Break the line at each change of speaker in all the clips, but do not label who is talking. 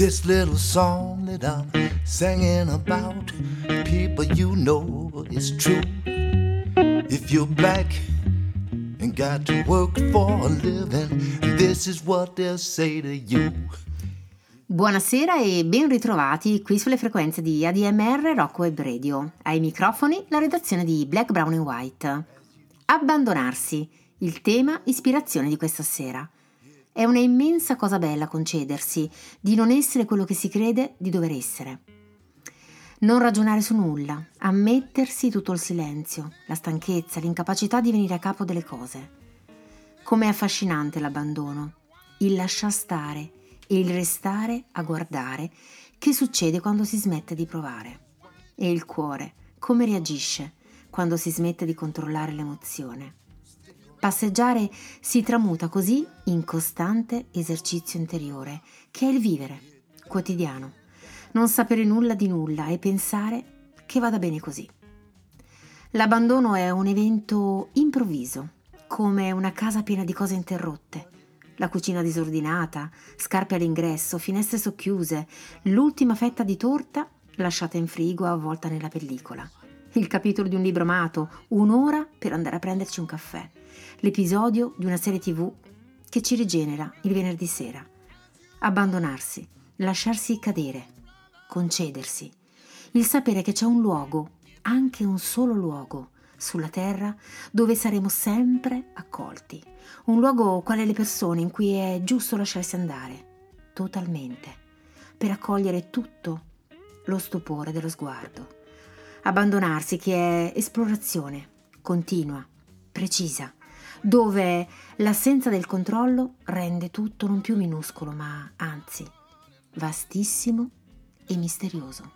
This little song that I'm singing about, people, you know it's true. If you're black and got to work for a living, this is what they'll say to you.
Buonasera e ben ritrovati qui sulle frequenze di ADMR Rock Web Radio. Ai microfoni la redazione di Black, Brown and White. Abbandonarsi, il tema ispirazione di questa sera. È una immensa cosa bella concedersi di non essere quello che si crede di dover essere. Non ragionare su nulla, ammettersi tutto il silenzio, la stanchezza, l'incapacità di venire a capo delle cose. Com'è affascinante l'abbandono, il lasciar stare e il restare a guardare che succede quando si smette di provare. E il cuore, come reagisce quando si smette di controllare l'emozione. Passeggiare si tramuta così in costante esercizio interiore, che è il vivere quotidiano, non sapere nulla di nulla e pensare che vada bene così. L'abbandono è un evento improvviso, come una casa piena di cose interrotte, la cucina disordinata, scarpe all'ingresso, finestre socchiuse, l'ultima fetta di torta lasciata in frigo avvolta nella pellicola, il capitolo di un libro amato, un'ora per andare a prenderci un caffè, l'episodio di una serie TV che ci rigenera il venerdì sera. Abbandonarsi, lasciarsi cadere, concedersi, il sapere che c'è un luogo, anche un solo luogo, sulla terra dove saremo sempre accolti, un luogo quale le persone in cui è giusto lasciarsi andare, totalmente, per accogliere tutto lo stupore dello sguardo. Abbandonarsi che è esplorazione, continua, precisa, dove l'assenza del controllo rende tutto non più minuscolo, ma anzi vastissimo e misterioso.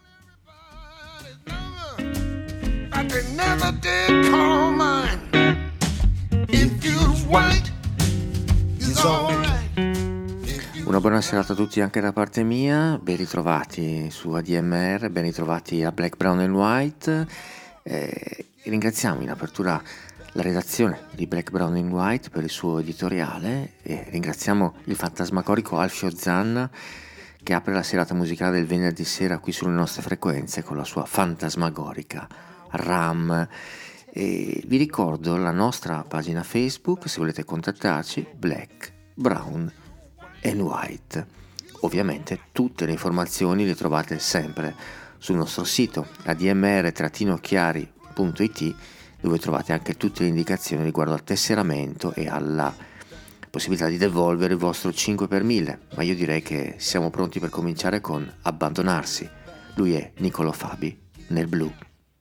Una buona serata a tutti anche da parte mia, ben ritrovati su ADMR, ben ritrovati a Black, Brown and White. Ringraziamo in apertura la redazione di Black, Brown and White per il suo editoriale e ringraziamo il fantasmagorico Alfio Zanna che apre la serata musicale del venerdì sera qui sulle nostre frequenze con la sua fantasmagorica RAM. E vi ricordo la nostra pagina Facebook se volete contattarci, Black, Brown and White. Ovviamente tutte le informazioni le trovate sempre sul nostro sito admr-chiari.it, dove trovate anche tutte le indicazioni riguardo al tesseramento e alla possibilità di devolvere il vostro 5 per 1000, ma io direi che siamo pronti per cominciare con Abbandonarsi. Lui è Niccolò Fabi nel blu.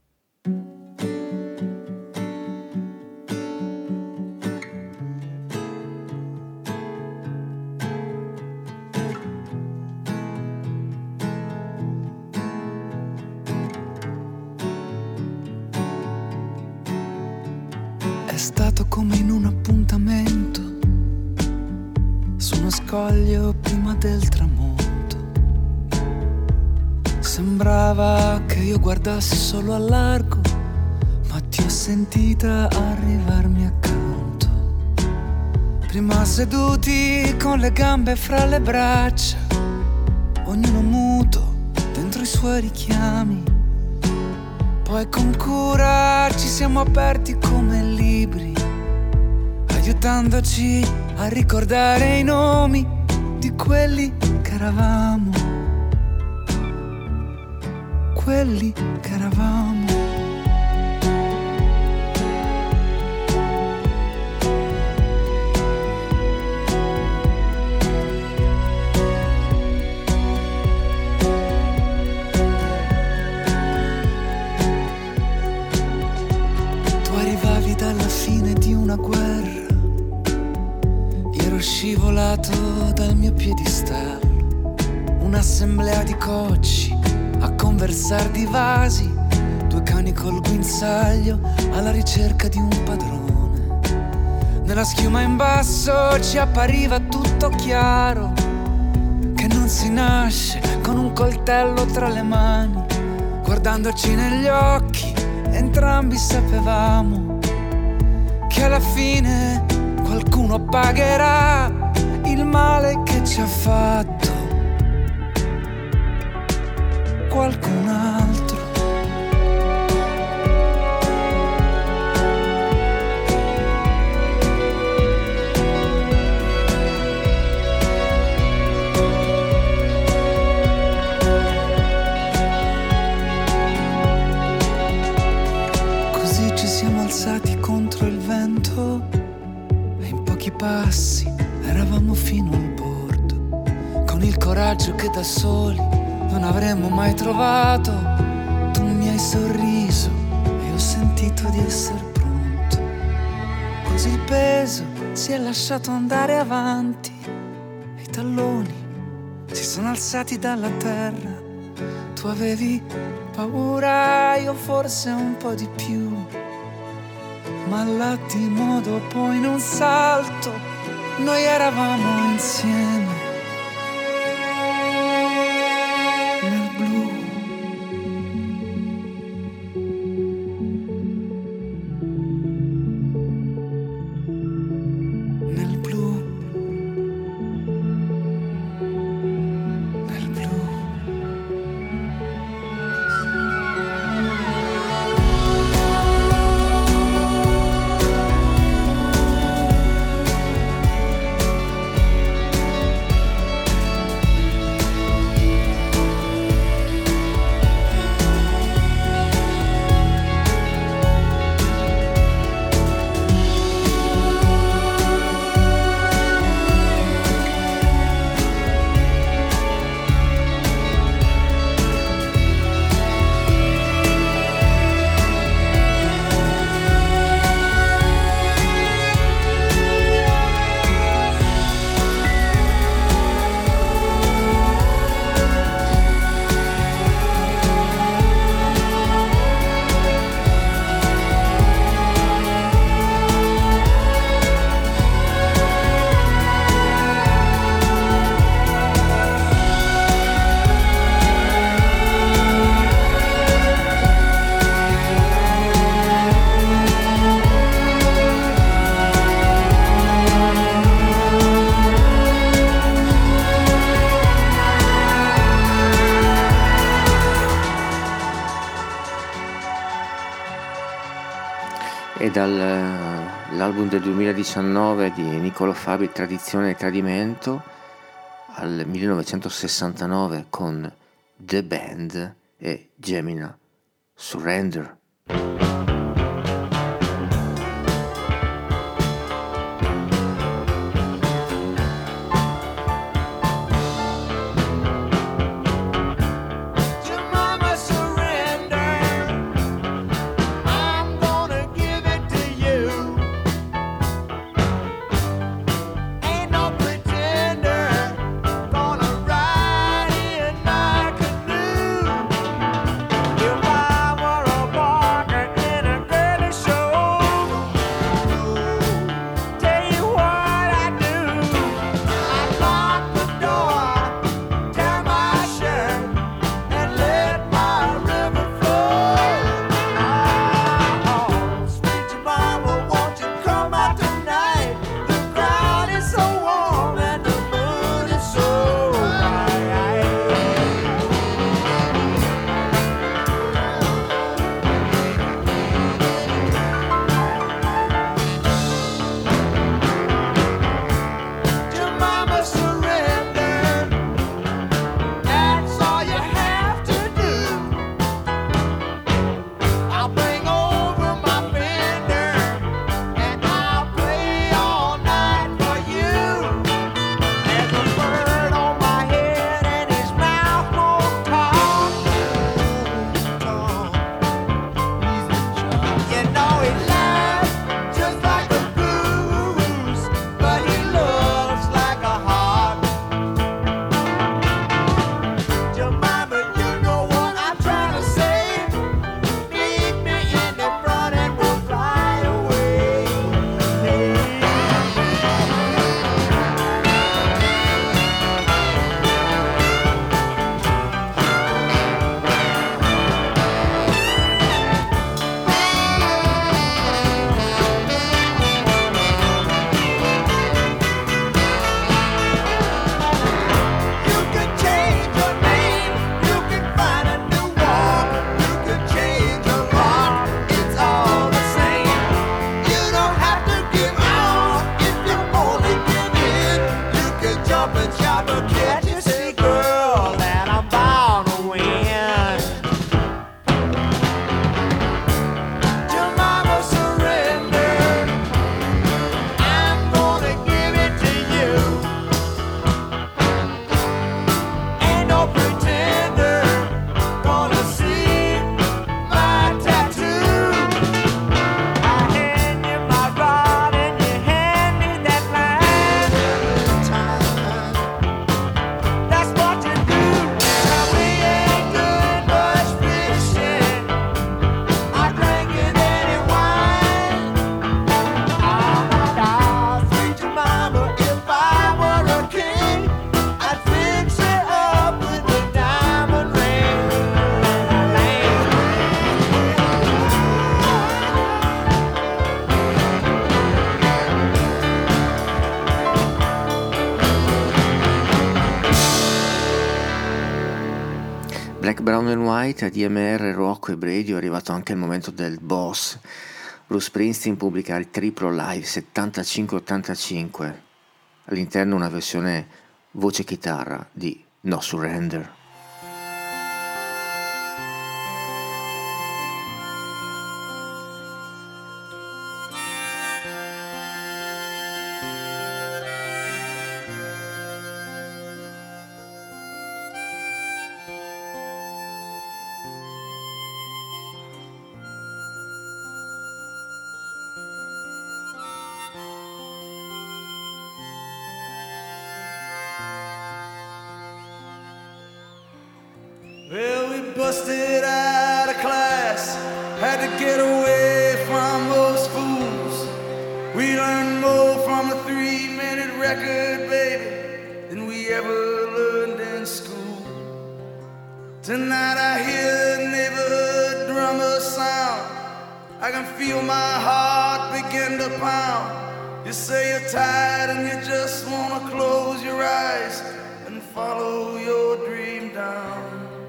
È stato come in un appuntamento su uno scoglio prima del tramonto. Sembrava che io guardassi solo a largo, ma ti ho sentita arrivarmi accanto. Prima seduti con le gambe fra le braccia, ognuno muto dentro i suoi richiami. Poi con cura ci siamo aperti come libri, aiutandoci a ricordare i nomi di quelli che eravamo, quelli che eravamo. Scivolato dal mio piedistallo, un'assemblea di cocci a conversar di vasi, due cani col guinzaglio alla ricerca di un padrone. Nella schiuma in basso ci appariva tutto chiaro, che non si nasce con un coltello tra le mani. Guardandoci negli occhi entrambi sapevamo che alla fine qualcuno pagherà il male che ci ha fatto. qualcun altro. Così ci siamo alzati contro il vento e in pochi passi eravamo fino al bordo, con il coraggio che da soli non avremmo mai trovato. Tu mi hai sorriso e ho sentito di essere pronto. Così il peso si è lasciato andare avanti e i talloni si sono alzati dalla terra. Tu avevi paura, io forse un po' di più, ma l'attimo dopo in un salto noi eravamo insieme nel blu. Nel blu. Nel blu.
E dall'album del 2019 di Niccolò Fabi, Tradizione e Tradimento, al 1969 con The Band e Gemina, Surrender.
If I were a bargain
Brown and White, ADMR, Rocco e Brady, è arrivato anche il momento del boss. Bruce Springsteen pubblica il triplo live 75-85, all'interno una versione voce chitarra di No Surrender.
Well, we busted out of class, had to get away from those fools. We learned more from a 3-minute record, baby, than we ever learned in school. Tonight I hear the neighborhood drummer sound. I can feel my heart begin to pound. You say you're tired and you just wanna close your eyes and follow your dream down.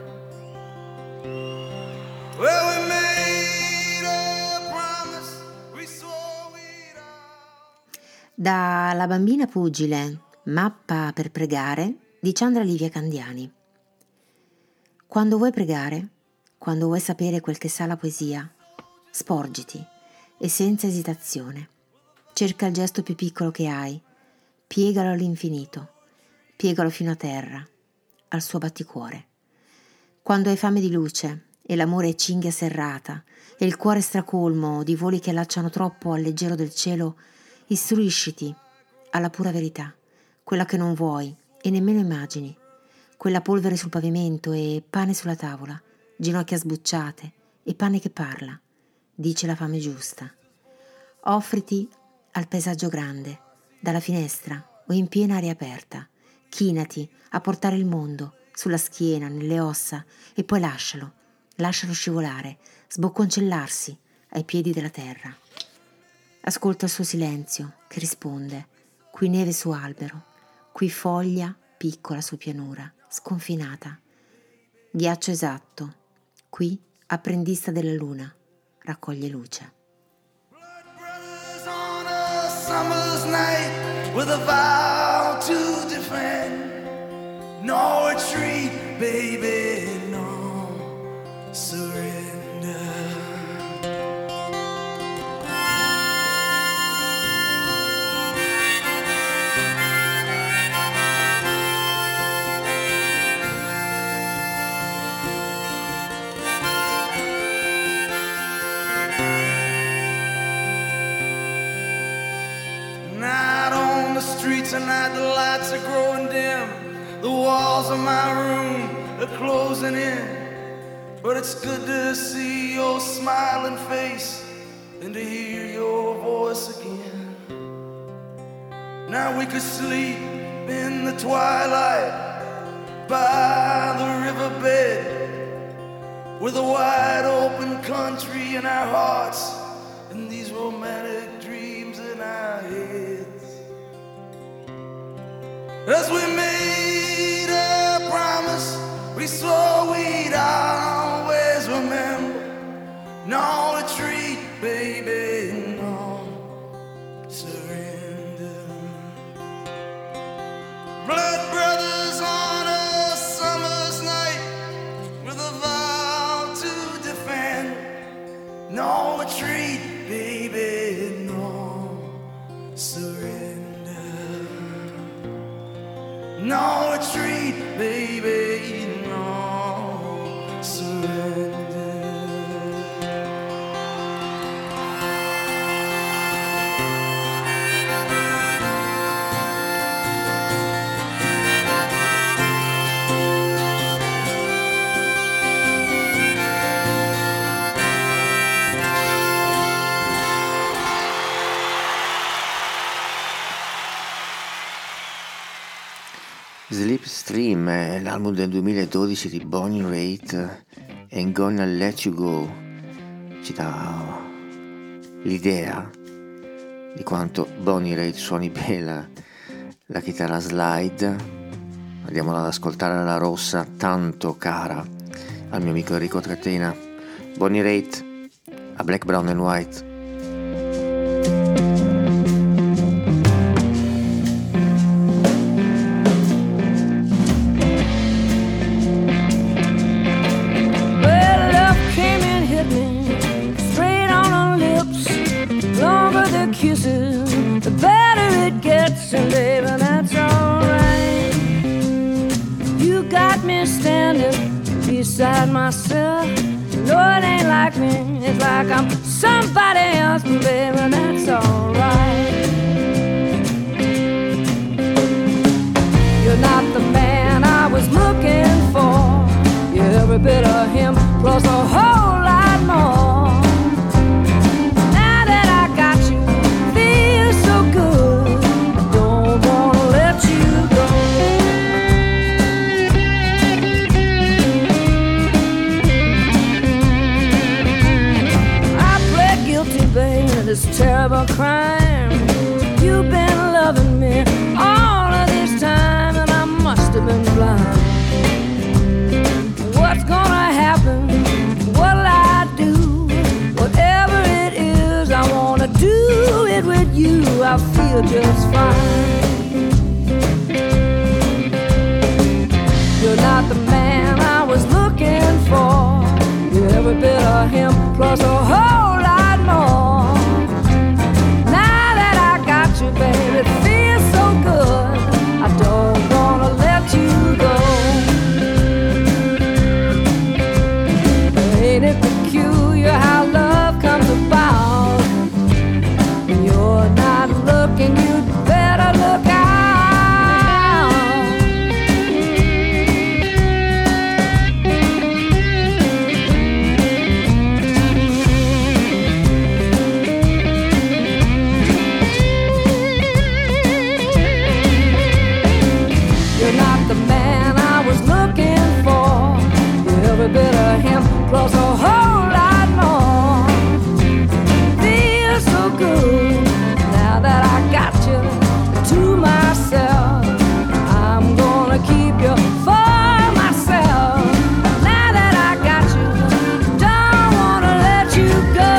Well, we made a promise, we swore we'd all...
Da La bambina pugile, mappa per pregare di Chandra Livia Candiani. Quando vuoi pregare, quando vuoi sapere quel che sa la poesia, sporgiti e senza esitazione. Cerca il gesto più piccolo che hai, piegalo all'infinito, piegalo fino a terra, al suo batticuore. Quando hai fame di luce e l'amore è cinghia serrata e il cuore stracolmo di voli che allacciano troppo al leggero del cielo, istruisciti alla pura verità, quella che non vuoi e nemmeno immagini, quella polvere sul pavimento e pane sulla tavola, ginocchia sbucciate e pane che parla, dice la fame giusta. Offriti al paesaggio grande, dalla finestra o in piena aria aperta, chinati a portare il mondo sulla schiena, nelle ossa e poi lascialo scivolare, sbocconcellarsi ai piedi della terra. Ascolta il suo silenzio che risponde, qui neve su albero, qui foglia piccola su pianura, sconfinata, ghiaccio esatto, qui apprendista della luna, raccoglie luce.
Summer's night with a vow to defend. No retreat, baby, no surrender. Tonight the lights are growing dim, the walls of my room are closing in, but it's good to see your smiling face and to hear your voice again. Now we could sleep in the twilight by the riverbed, with a wide open country in our hearts and these romantic dreams in our heads. As we made a promise, we swore we'd always remember. No retreat, baby, no surrender. Blood brothers on a summer's night with a vow to defend. No retreat, baby, no surrender. No retreat, baby, no surrender.
Slipstream è l'album del 2012 di Bonnie Raitt, Ain't Gonna Let You Go. Ci dà l'idea di quanto Bonnie Raitt suoni bene la chitarra slide. Andiamola ad ascoltare, la rossa tanto cara al mio amico Enrico Trattena, Bonnie Raitt a Black, Brown and White.
Well, love came and hit me straight on the lips. The longer the kisses, the better it gets, and baby, that's alright. You got me standing beside myself. No, it ain't like me, it's like I'm somebody else, but baby, that's alright. You're not the man I was looking for. You're every bit of him, plus a whole lot more. Now that I got you, feel so good, I don't wanna let you go. This terrible crime. You've been loving me all of this time, and I must have been blind. What's gonna happen? What'll I do? Whatever it is, I wanna do it with you. I feel just fine. You're not the man I was looking for. You're every bit of him, plus a whole lot more. Baby, it feels so good, I don't wanna let you go. Ain't it peculiar how love comes about? When you're not looking, you'd better look out. Every bit of him, plus a whole lot more. Feels so good, now that I got you to myself. I'm gonna keep you for myself. Now that I got you, don't wanna let you go.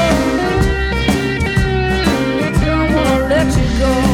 Don't wanna let you go.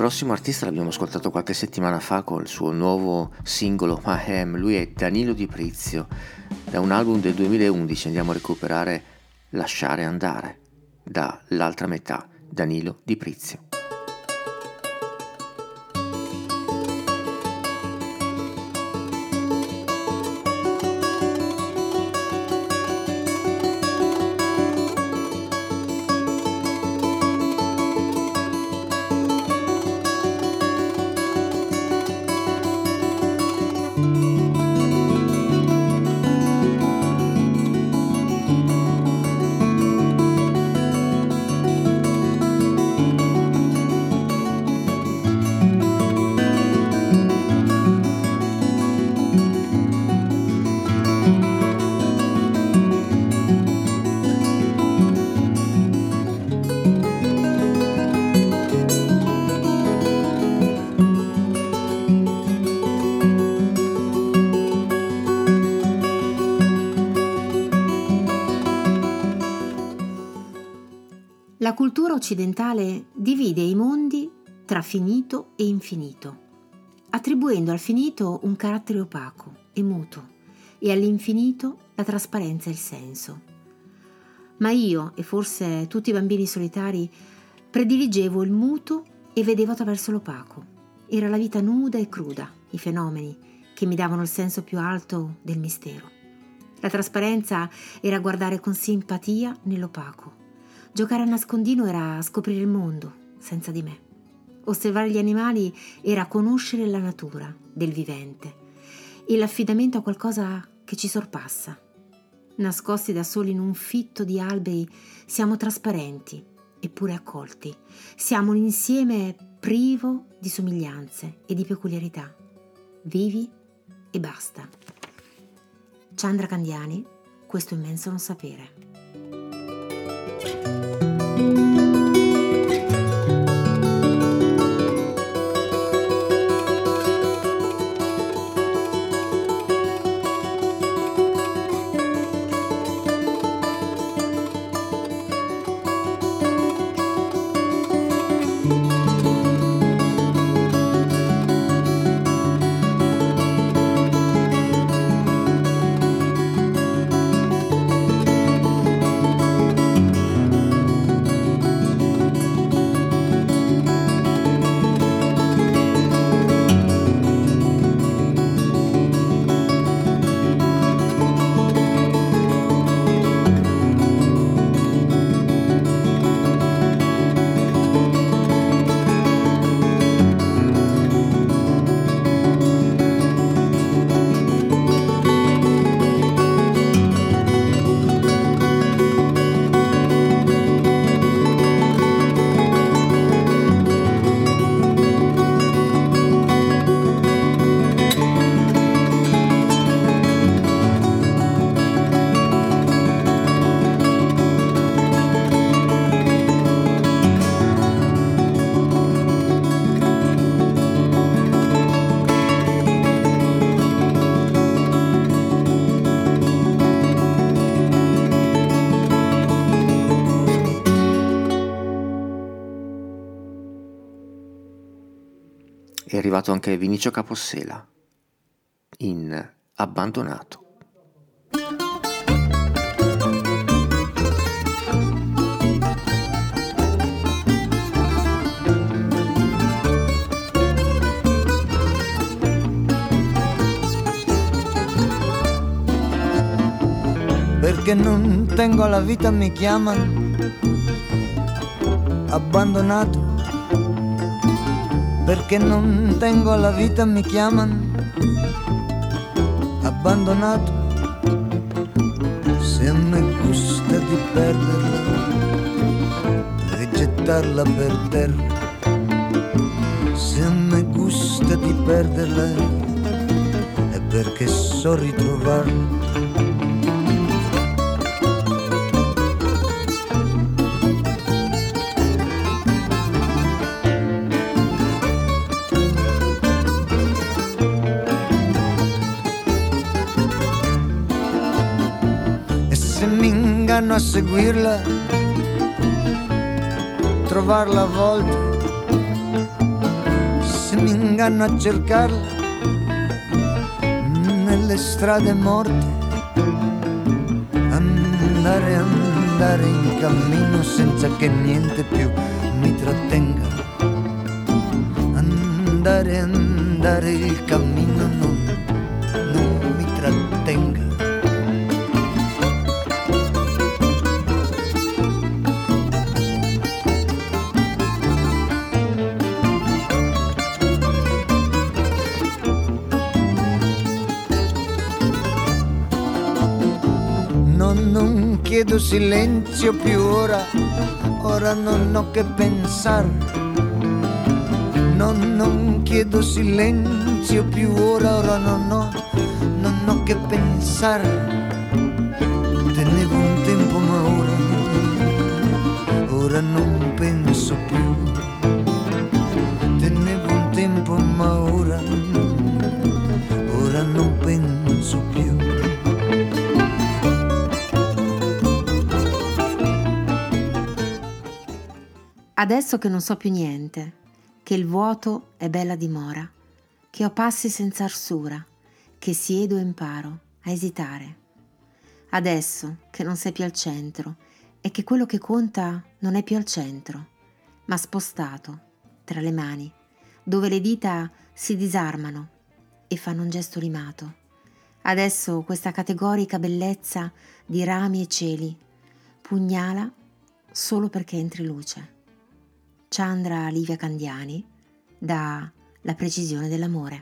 prossimo artista l'abbiamo ascoltato qualche settimana fa col suo nuovo singolo Mahem. Lui è Danilo Di Prizio. Da un album del 2011 andiamo a recuperare Lasciare andare, dall'altra metà, Danilo Di Prizio.
La cultura occidentale divide i mondi tra finito e infinito, attribuendo al finito un carattere opaco e muto e all'infinito la trasparenza e il senso. Ma io, e forse tutti i bambini solitari, prediligevo il muto e vedevo attraverso l'opaco. Era la vita nuda e cruda, i fenomeni, che mi davano il senso più alto del mistero. La trasparenza era guardare con simpatia nell'opaco. Giocare a nascondino era scoprire il mondo senza di me. Osservare gli animali era conoscere la natura del vivente e l'affidamento a qualcosa che ci sorpassa. Nascosti da soli in un fitto di alberi, siamo trasparenti eppure accolti. Siamo un insieme privo di somiglianze e di peculiarità. Vivi e basta. Chandra Candiani, questo immenso non sapere.
È arrivato anche Vinicio Capossela in Abbandonato.
Perché non tengo la vita mi chiamano abbandonato. Perché non tengo la vita mi chiamano abbandonato. Se a me gusta di perderla e gettarla per terra, se a me gusta di perderla è perché so ritrovarla. A seguirla, trovarla a volte vengano a cercarla nelle strade morte. Andare in cammino senza che niente più mi trattenga. Andare il cammino non mi trattenga. Non chiedo silenzio più ora non ho che pensare. Non chiedo silenzio più ora non ho che pensare. Tenevo un tempo ma ora non penso più. Tenevo un tempo ma ora non penso più.
Adesso che non so più niente, che il vuoto è bella dimora, che ho passi senza arsura, che siedo e imparo a esitare. Adesso che non sei più al centro e che quello che conta non è più al centro, ma spostato tra le mani, dove le dita si disarmano e fanno un gesto rimato. Adesso questa categorica bellezza di rami e cieli pugnala solo perché entri luce. Chandra Livia Candiani da La precisione dell'amore.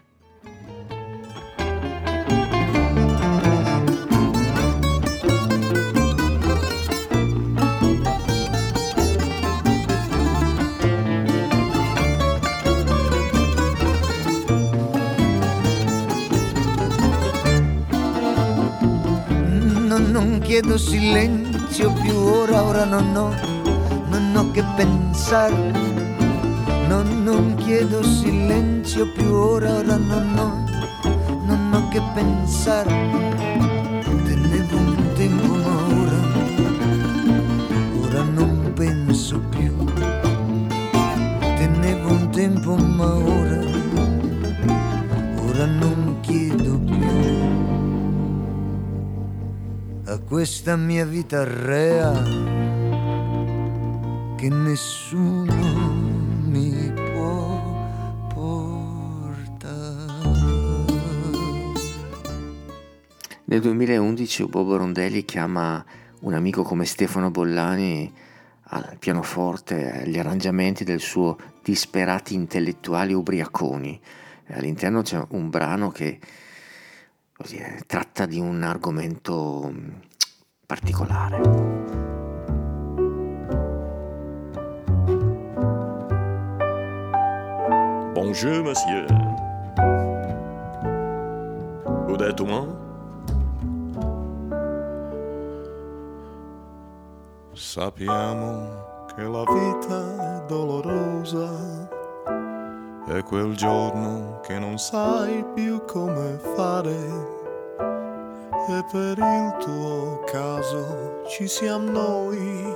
Non chiedo silenzio più ora non ho che pensare. Non chiedo silenzio più ora non ho che pensare. Tenevo un tempo ma ora non penso più. Tenevo un tempo ma ora non chiedo più. A questa mia vita rea che nessuno mi può portare.
Nel 2011 Bobo Rondelli chiama un amico come Stefano Bollani al pianoforte, agli arrangiamenti del suo Disperati intellettuali ubriaconi. All'interno c'è un brano che così, tratta di un argomento particolare.
Bonjour, monsieur. Vous êtes moi?
Sappiamo che la vita è dolorosa e quel giorno che non sai più come fare. E per il tuo caso ci siamo noi,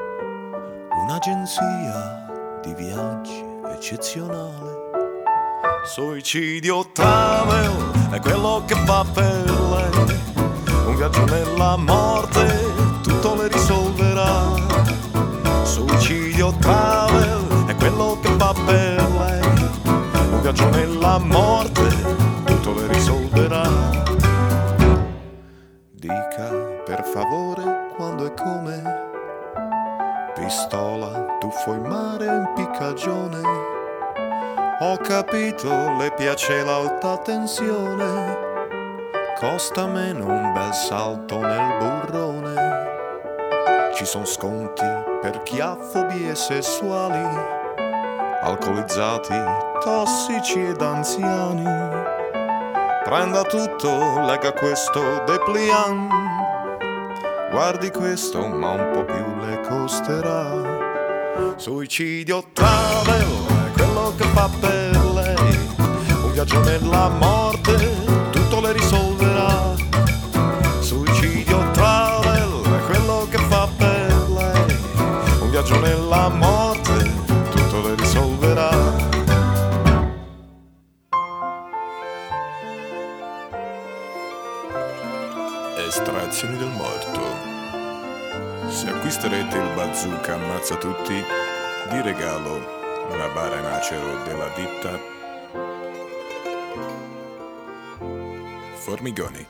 un'agenzia di viaggi eccezionale.
Suicidio travel è quello che fa per lei, un viaggio nella morte tutto le risolverà. Suicidio travel è quello che fa per lei, un viaggio nella morte tutto le risolverà.
Dica per favore quando e come, pistola, tuffo in mare, impiccagione. Ho capito, le piace l'alta tensione, costa meno un bel salto nel burrone. Ci son sconti per chi ha fobie sessuali, alcolizzati, tossici ed anziani. Prenda tutto, legga questo dépliant, guardi questo ma un po' più le costerà. Suicidio travel è quello che fa per lei, un viaggio nella morte tutto le risolverà. Suicidio travel è quello che fa per lei, un viaggio nella morte tutto le risolverà. Maledizioni del morto. Se acquisterete il bazooka ammazza tutti, di regalo una bara in acero della ditta Formigoni.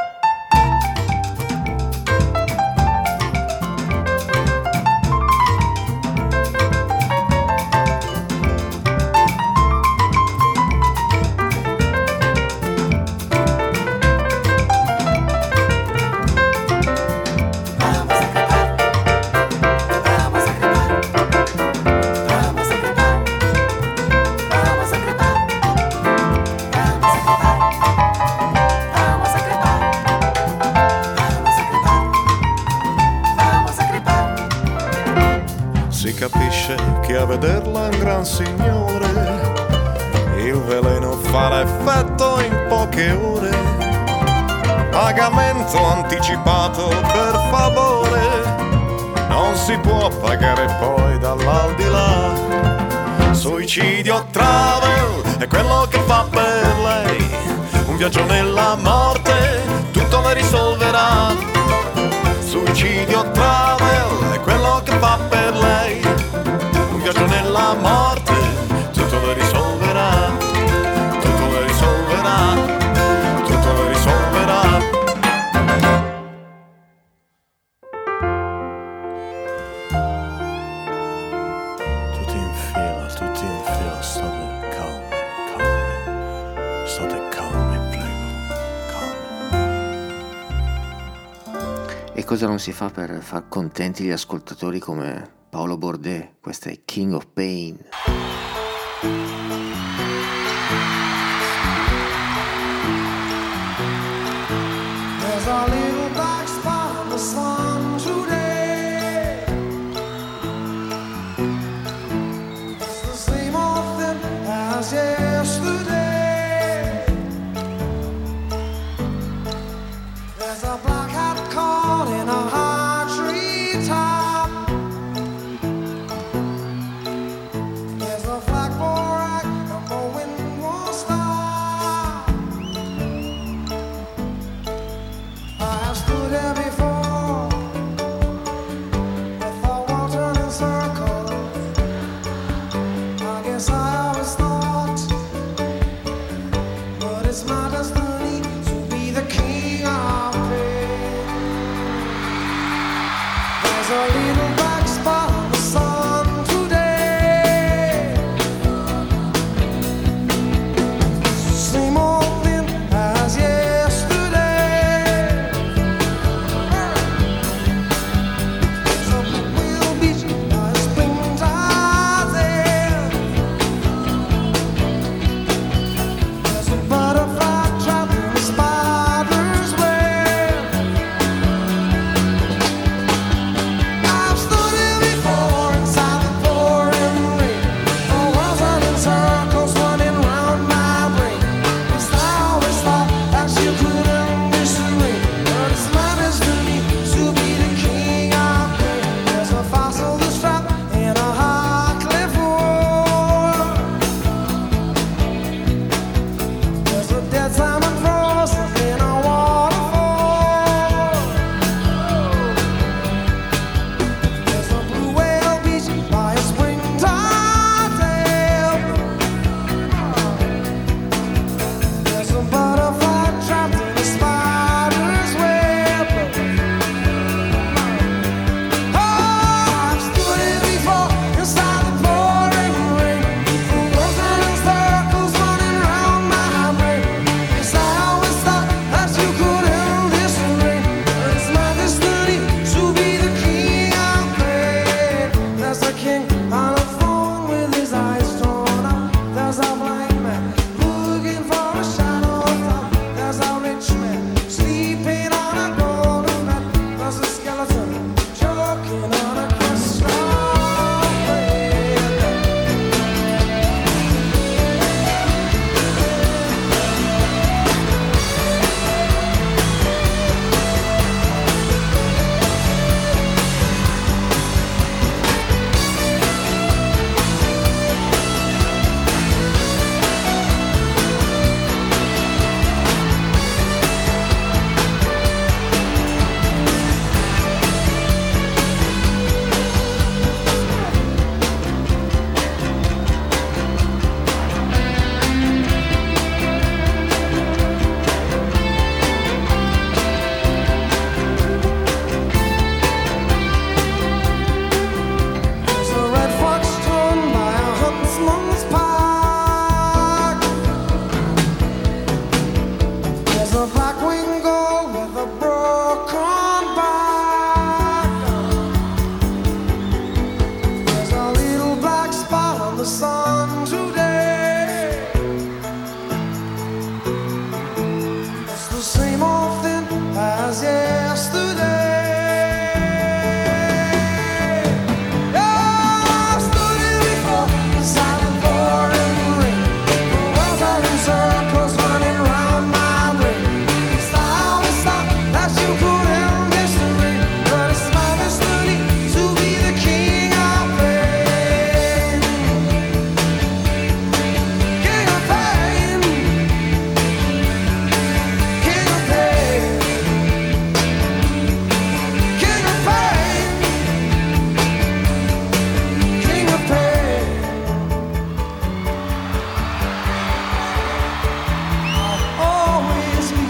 Che a vederla è un gran signore, il veleno fa l'effetto in poche ore. Pagamento anticipato per favore, non si può pagare poi dall'aldilà. Suicidio travel è quello che fa per lei, un viaggio nella morte tutto le risolverà. Suicidio travel è quello che fa per lei, un viaggio nella morte, tutto lo risolverà, tutto lo risolverà, tutto lo risolverà. Tutti in fila, state calmi, prego, calmi.
E cosa non si fa per far contenti gli ascoltatori come Paolo Bourdais? Questo è King of Pain.
There's a little black spot on the sun today. It's the same old thing as yesterday. There's a black hat caught in a high tree top. There's a flagpole rack and the wind won't stop. I have stood here before, with all while turning circles. I guess I always thought, but it's my destiny to be the king of pain. There's a little black spot on the sun today. Same old thing as yesterday. Something will be like springtide's end. There's a butterfly trapped in a spider's web. I've yesterday. I stood here before the silent pouring rain. The walls are in circles running round my brain. It's the hardest thought that you could end history, but it's my destiny to be the king of pain. King of pain. King of pain. King of pain. King of pain. I'll always be.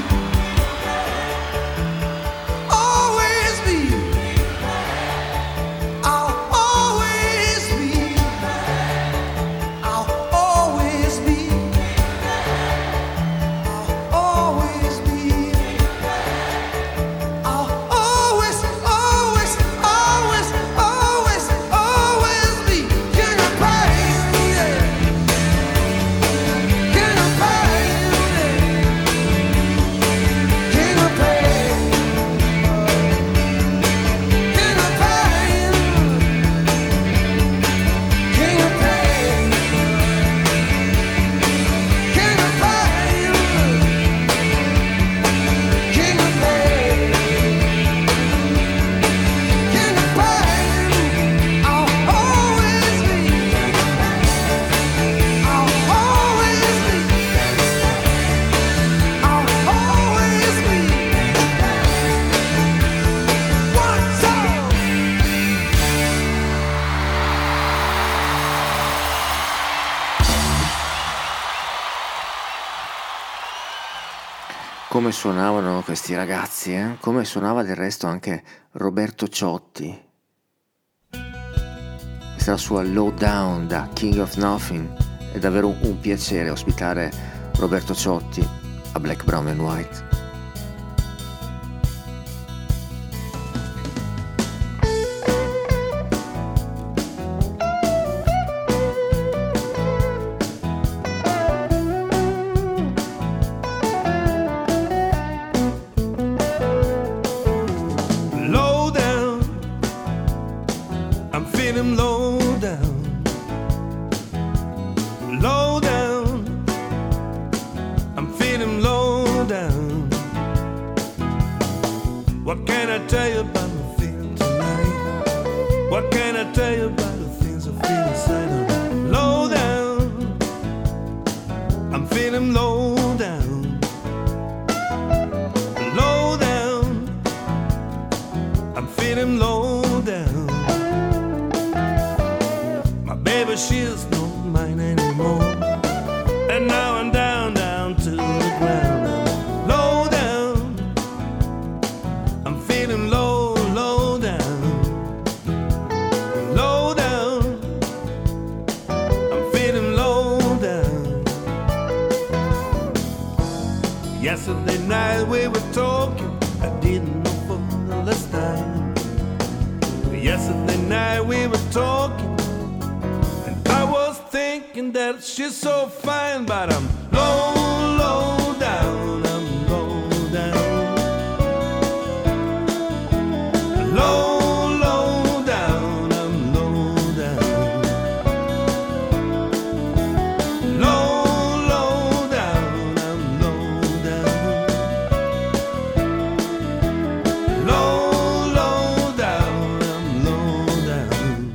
Always be. I'll always be. I'll always be. I'll always be. I'll always, always, always, always, always be king of pain, yeah. King of pain, yeah. King of pain. King of pain. King of pain. King of pain. King of pain. King of pain. I'll always be. I'll always be. I'll always be. One time.
Come suonavano questi ragazzi, eh? Come suonava del resto anche Roberto Ciotti. Questa è la sua Low Down da King of Nothing. È davvero un piacere ospitare Roberto Ciotti a Black, Brown and White.
Low down, I'm feeling low down. Low down, I'm feeling low down. What can I tell you about my feeling tonight? What can I tell you about the things I feel inside of me? Low down, I'm feeling low down. Low down, I'm feeling low down. My baby, she is not mine anymore. And now I'm down, down to the ground. I'm low down, I'm feeling low, low down. Low down, I'm feeling low down. Yesterday night we were talking, I didn't know for the last time. Yesterday night we were talking, and I was thinking that she's so fine, but I'm low, low down, I'm low down. Low, low down, I'm low down. Low, low down, I'm low down. Low, low down, I'm low down.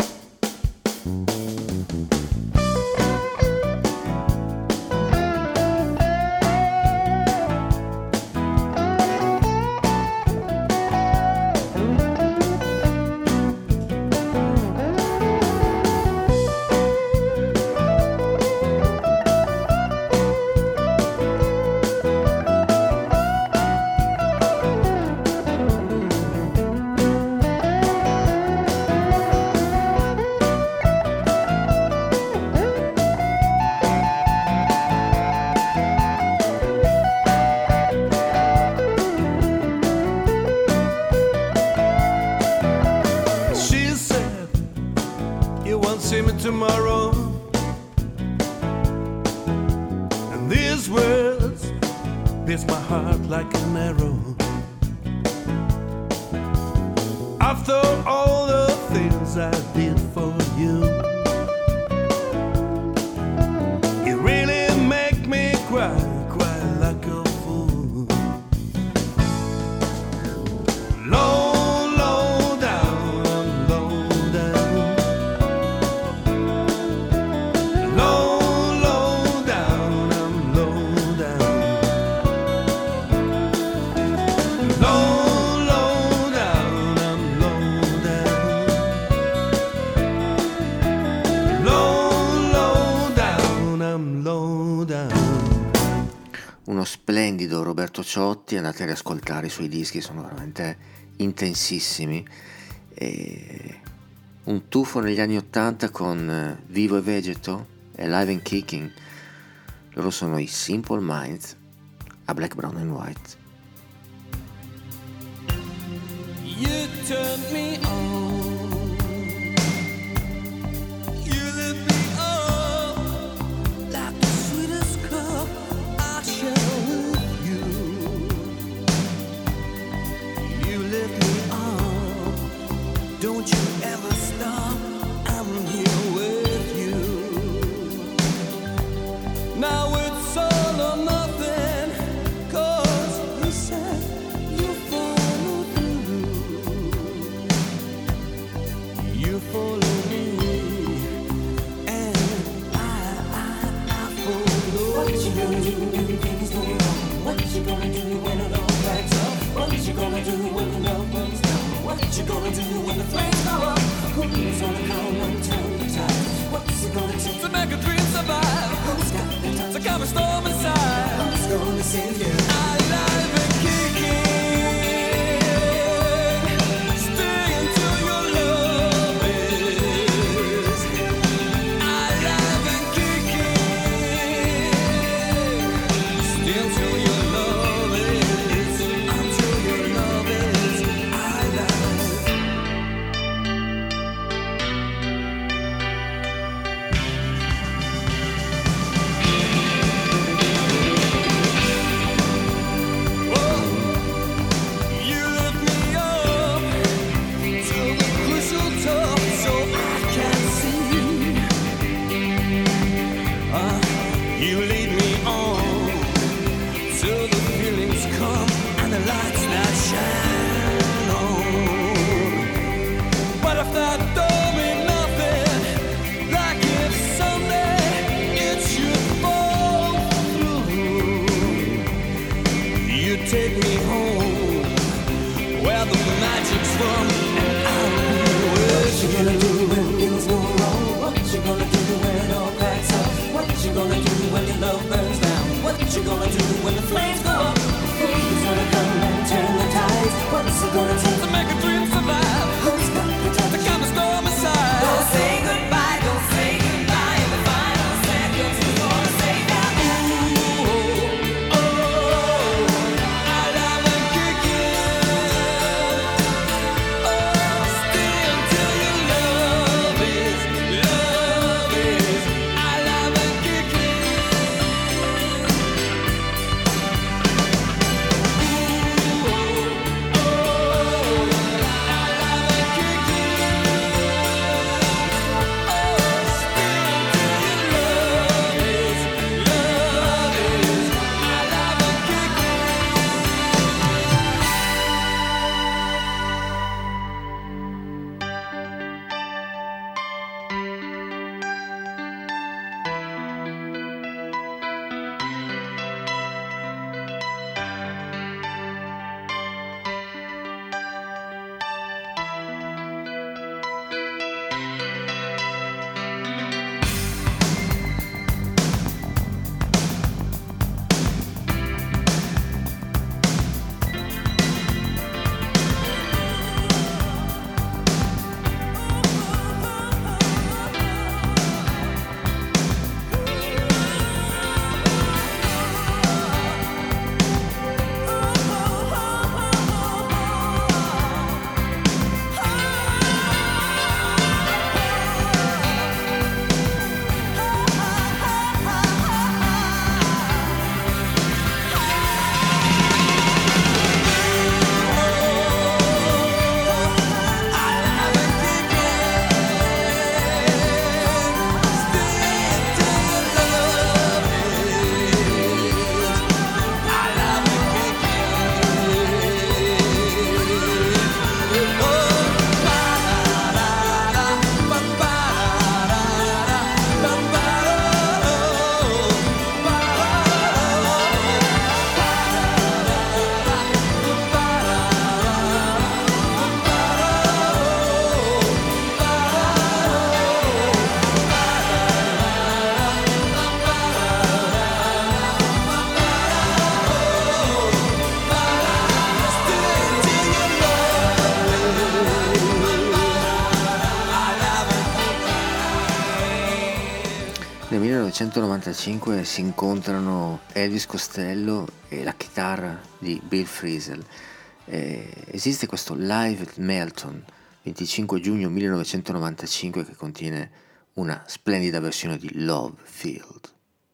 see me tomorrow. And these words pierce my heart like an arrow. After all the things I did for you, you really make me cry like a fool. Low, low down, I'm low down. Low, low down, I'm low down. Low, low down, I'm low down. Low, low down, I'm low down.
Uno splendido Roberto Ciotti, andate a riascoltare i suoi dischi, sono veramente intensissimi. E un tuffo negli anni '80 con Vivo e Vegeto e Live and Kicking. Loro sono i Simple Minds a Black, Brown and White.
You turned me on. You lit me up like the sweetest cup I share with you. You lit me up. Don't you ever stop. I'm here with you. Now it's all or nothing, 'cause you said you follow through. You follow me, and I follow. What you gonna do when things go wrong? What you gonna do when it all backs up? What you gonna do when the love burns down? What you gonna do when the flames go up? Who's gonna come and turn the tide? What's it gonna take to make a dream survive? Who's got the time to calm a storm inside? Who's gonna save you? Alive and kicking. Stay until your love is alive and kicking. Stay until your love is, until your love is alive. You lift me up to the crystal top so I can see. You lead me on till the feelings come and the lights that shine on. But if that don't mean nothing, like if someday it should fall through, you take me home where the magic's from, and I'll be with you. What you gonna do when things go wrong? What you gonna do when it all cracks up? What you gonna do when your love burns down? What you gonna do when the flames go up? Who's gonna come and turn the tides? What's it gonna take to make a dream survive? Who's got the time to calm the storm inside? Don't say goodbye, don't say goodbye. In the final seconds, who's gonna say that? Ooh, oh, I love and kicking. Oh,
1995 si incontrano Elvis Costello e la chitarra di Bill Frisell. Esiste questo Live at Melton, 25 giugno 1995, che contiene una splendida versione di Love Field.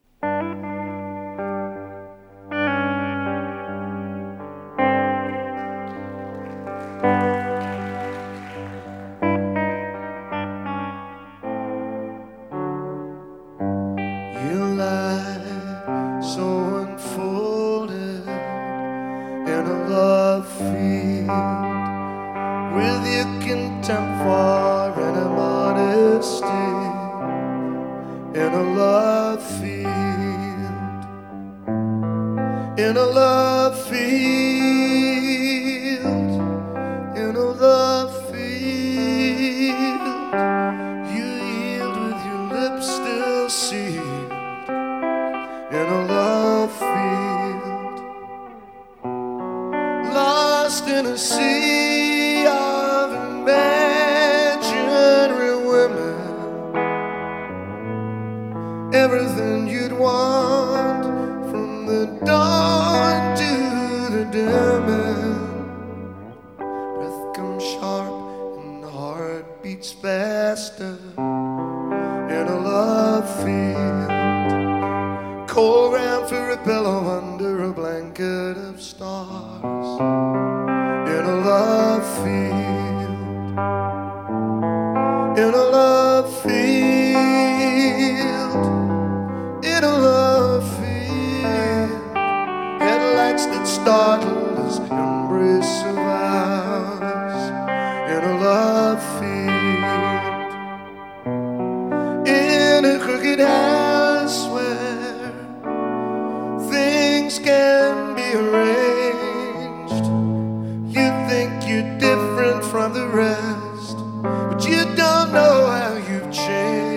Everything you'd want from the dawn to the dawn. Breath comes sharp and the heart beats faster in a love field. Cold ground for a pillow under a blanket of stars in a love field. In a love field. That startled this embrace of ours in a love field, in a crooked house where things can be arranged. You think you're different from the rest, but you don't know how you've changed.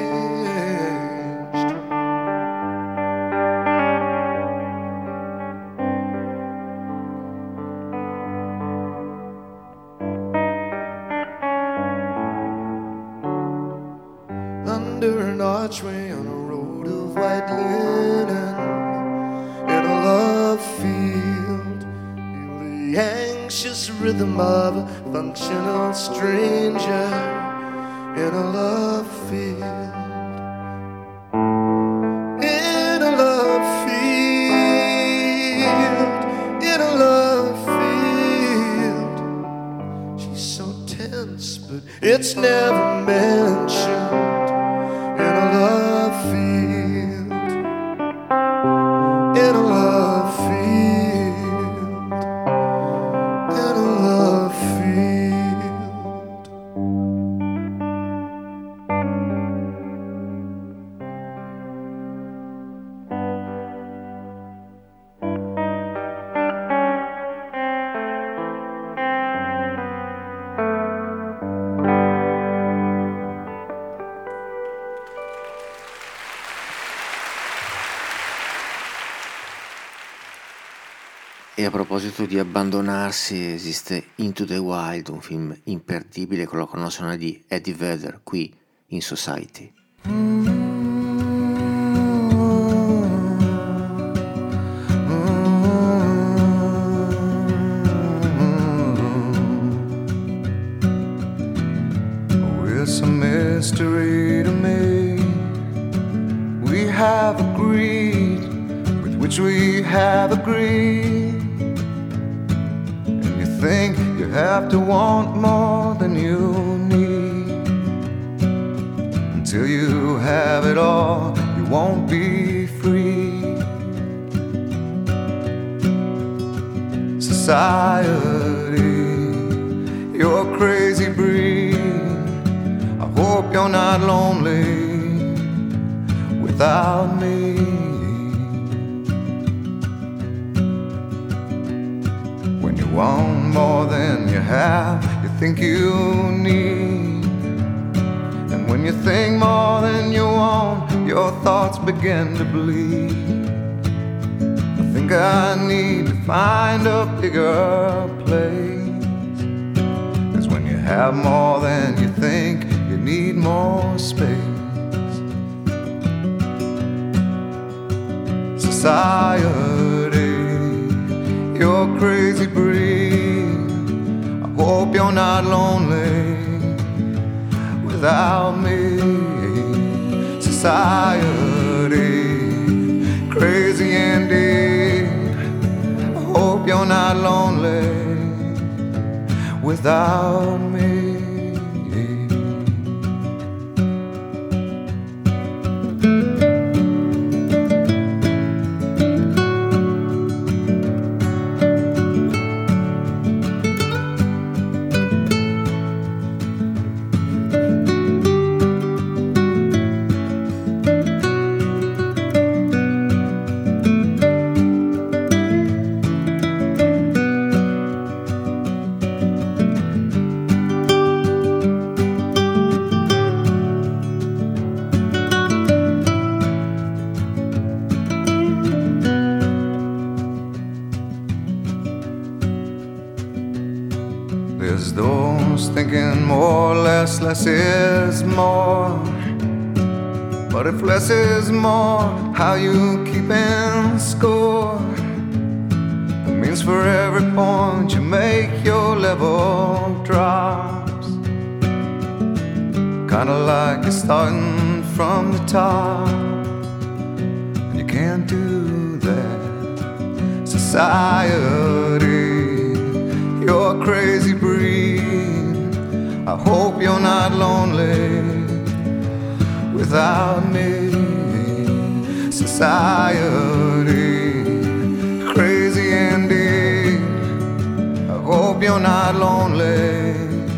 Under an archway on a road of white linen, in a love field, feel the anxious rhythm of a functional stranger in a love field. In a love field, in a love field. She's so tense, but it's never mentioned. In a love field, in a love field, in a love field.
E a proposito di abbandonarsi, esiste Into the Wild, un film imperdibile con la colonna sonora di Eddie Vedder, qui in Society.
It's a mystery to me. We have agreed with which we have agreed. Think you have to want more than you need. Until you have it all, you won't be free. Society, you're a crazy breed. I hope you're not lonely without me. Want more than you have, you think you need. And when you think more than you want, your thoughts begin to bleed. I think I need to find a bigger place. 'Cause when you have more than you think, you need more space. society, you're crazy breed. I hope you're not lonely without me. Society, crazy indeed. I hope you're not lonely without me. There's those thinking more, less is more. But if less is more, how you keeping score? It means for every point you make, your level drops. Kinda like you're starting from the top, and you can't do that. Society, you're a crazy breed. I hope you're not lonely without me. Society, crazy indeed. I hope you're not lonely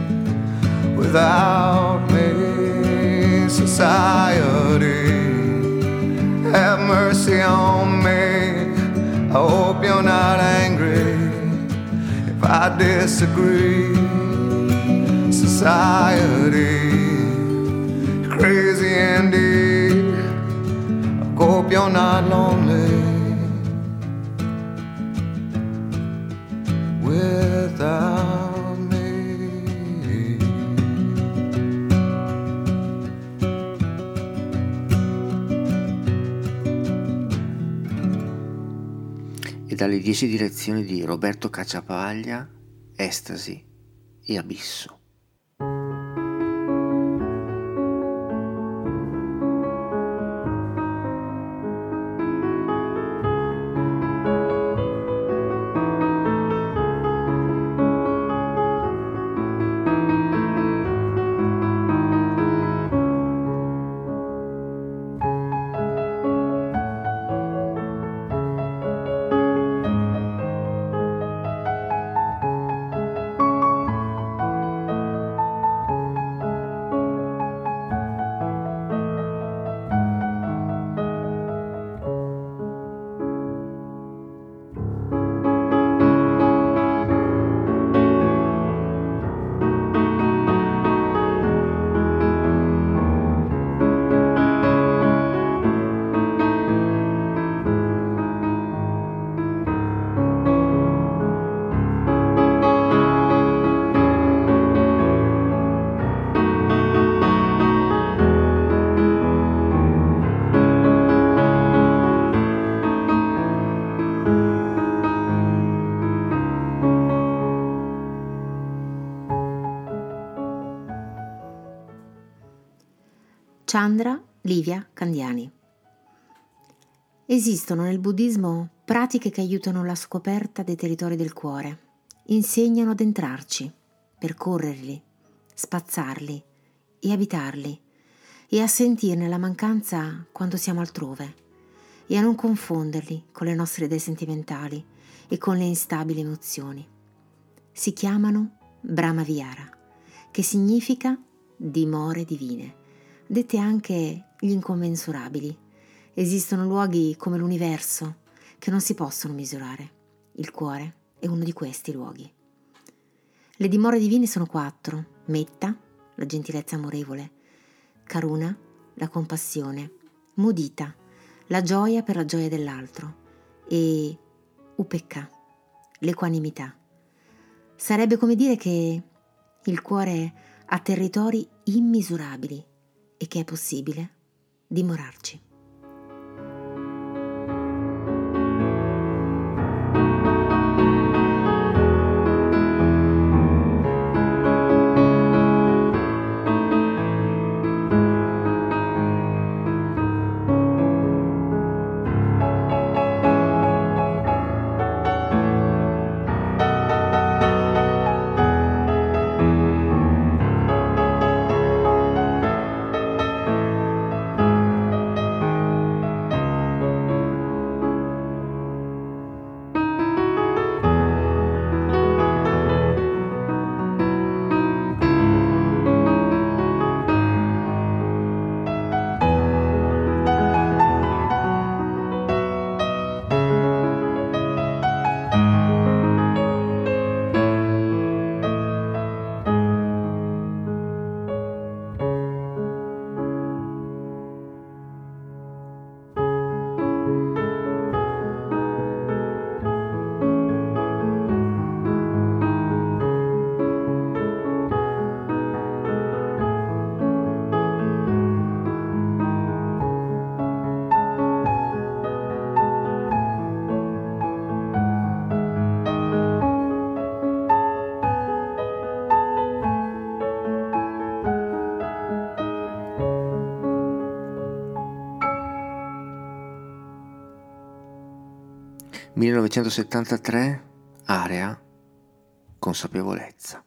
without me. Society, have mercy on me. I hope you're not angry if I disagree. Society, crazy indeed. I hope you're not lonely without me.
E dalle 10 direzioni di Roberto Cacciapaglia, Estasi e Abisso.
Chandra Livia Candiani. Esistono nel buddismo pratiche che aiutano la scoperta dei territori del cuore, insegnano ad entrarci, percorrerli, spazzarli e abitarli, e a sentirne la mancanza quando siamo altrove, e a non confonderli con le nostre idee sentimentali e con le instabili emozioni. Si chiamano Brahmavihara, che significa dimore divine, dette anche gli incommensurabili. Esistono luoghi come l'universo che non si possono misurare. Il cuore è uno di questi luoghi. Le dimore divine sono 4: Metta, la gentilezza amorevole; Karuna, la compassione; Mudita, la gioia per la gioia dell'altro; e Upekka, l'equanimità. Sarebbe come dire che il cuore ha territori immisurabili e che è possibile dimorarci.
1973, Area, Consapevolezza.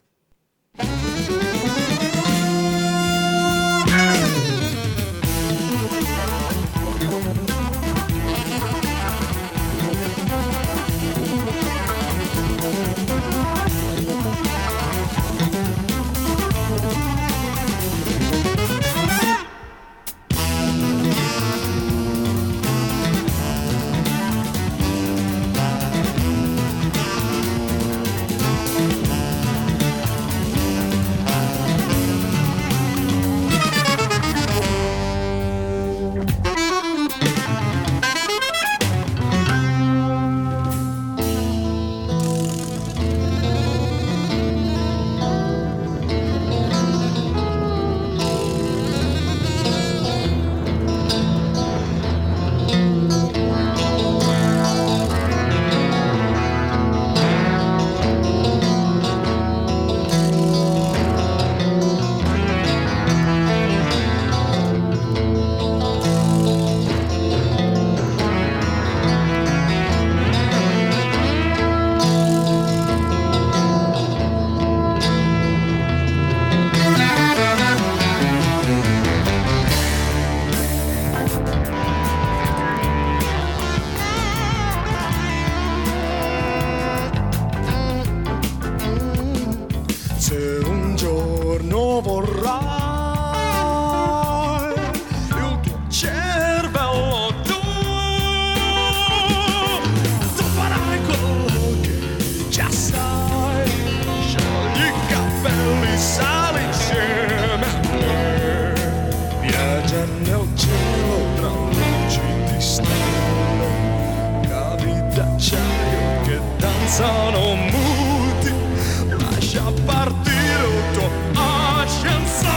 Sono muti, lascia partire il tuo ascensore.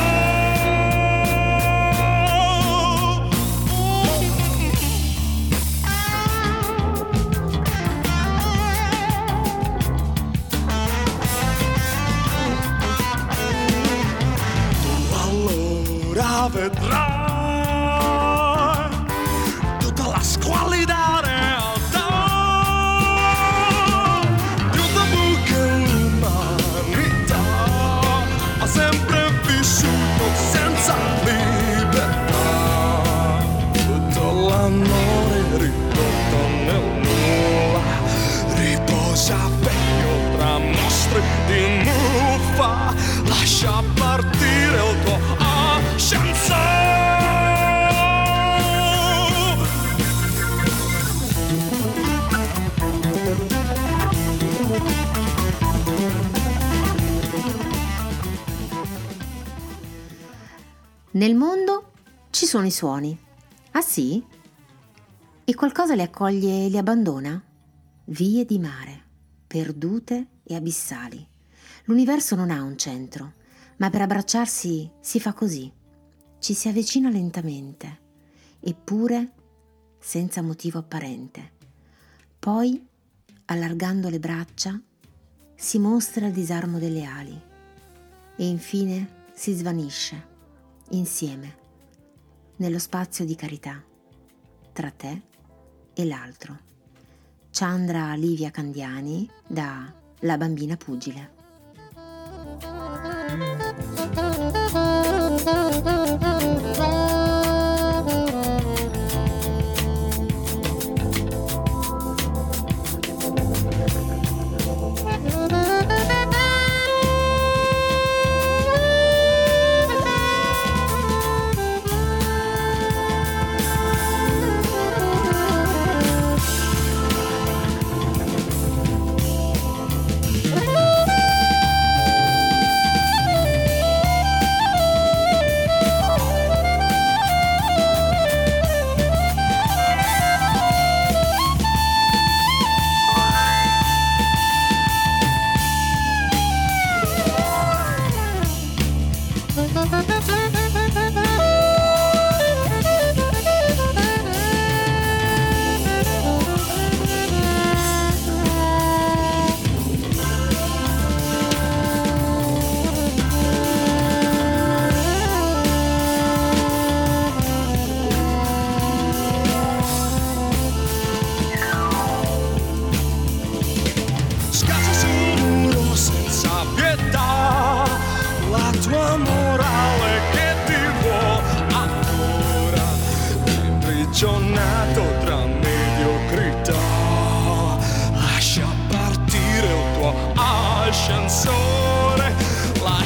Tu allora vedrai tutta la squallida realtà. Sempre vissuto senza libertà, tutto l'amore ridotto nel nulla, riposa peggio tra mostri di muffa, lascia partire il tuo ascensore.
Nel mondo ci sono i suoni. Ah sì? E qualcosa li accoglie e li abbandona? Vie di mare, perdute e abissali. L'universo non ha un centro, ma per abbracciarsi si fa così. Ci si avvicina lentamente, eppure senza motivo apparente. Poi, allargando le braccia, si mostra il disarmo delle ali e infine si svanisce. Insieme, nello spazio di carità, tra te e l'altro. Chandra Livia Candiani da La bambina pugile.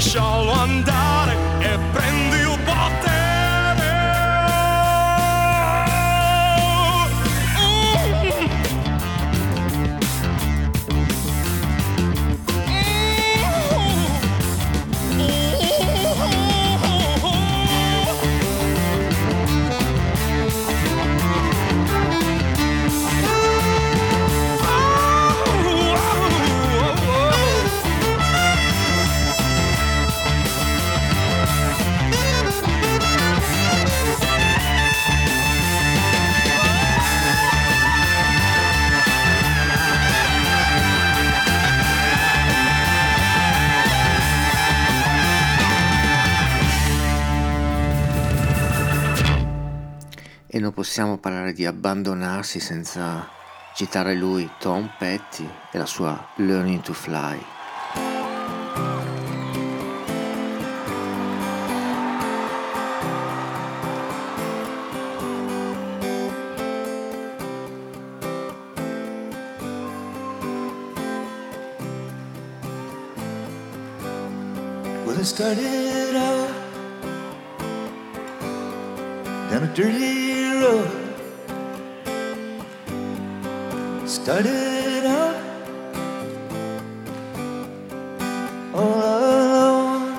lascialo andare e prendi il potere.
E non possiamo parlare di abbandonarsi senza citare lui, Tom Petty, e la sua Learning to Fly.
Well, it started out down a dirty road. Started out all alone,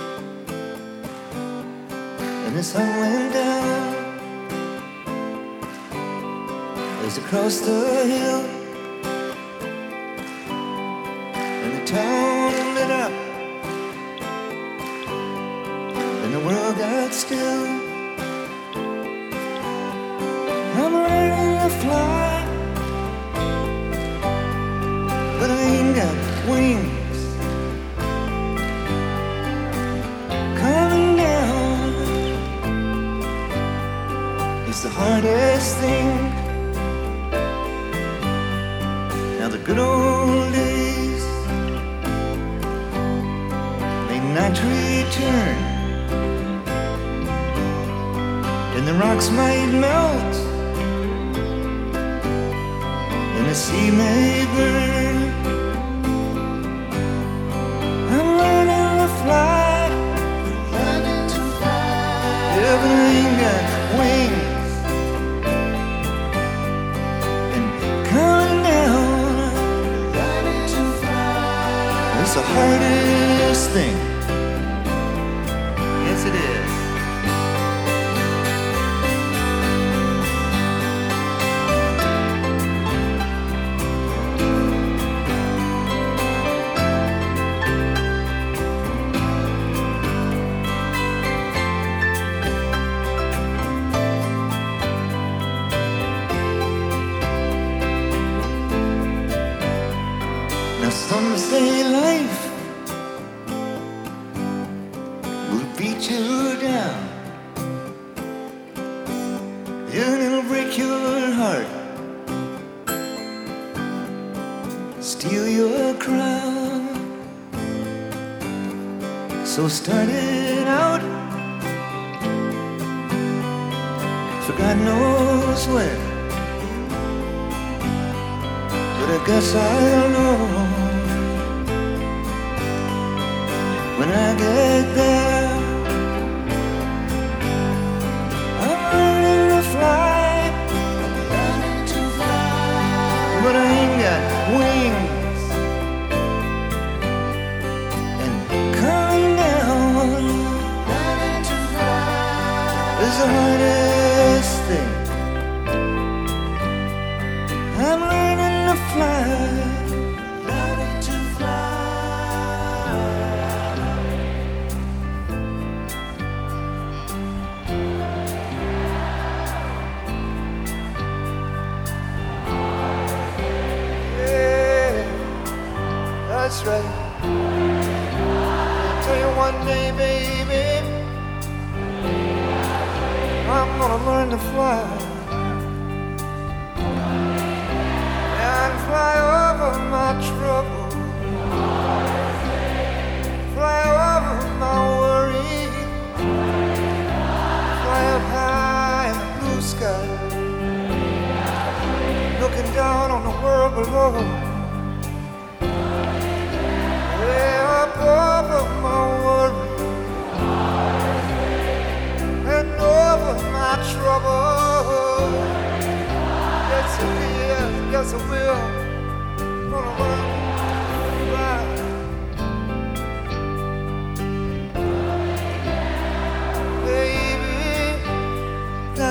and the sun went down as it crossed the hill, and the town lit up, and the world got still. I'm ready to fly, but I ain't got wings. Coming down is the hardest thing. Now the good old days may not return, and the rocks might melt, and the sea may burn. I'm learning to fly, learning to fly. Yeah, but I ain't got wings, and coming down, learning to fly. It's the hardest thing. Yes, it is. Some say life will beat you down, and it'll break your heart, steal your crown. So start it out for God knows where, but I guess I'll know when I get there. I'm learning to fly, learning to fly, but I ain't got wings, and coming down, learning to fly, is the hardest thing. I'm learning to fly. That's right. I'll tell you one day, baby, I'm gonna learn to fly. And fly over my trouble, fly over my worry, fly up high in the blue sky, looking down on the world below. Way up over my world.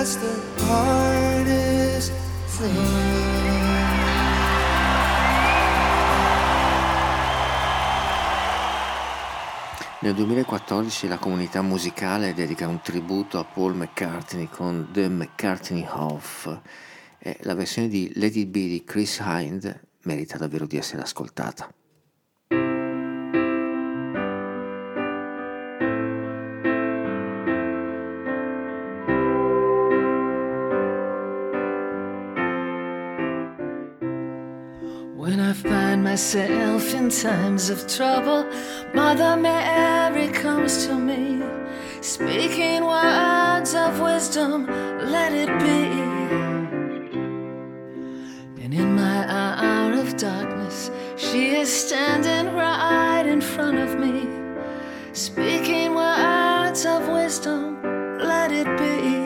that's the hardest thing.
Nel 2014 la comunità musicale dedica un tributo a Paul McCartney con The McCartney Off. La versione di Let It Be di Chris Hind merita davvero di essere ascoltata.
When I find myself in times of trouble, Mother Mary comes to me, speaking words of wisdom, let it be. And in my hour of darkness, she is standing right in front of me, speaking words of wisdom, let it be.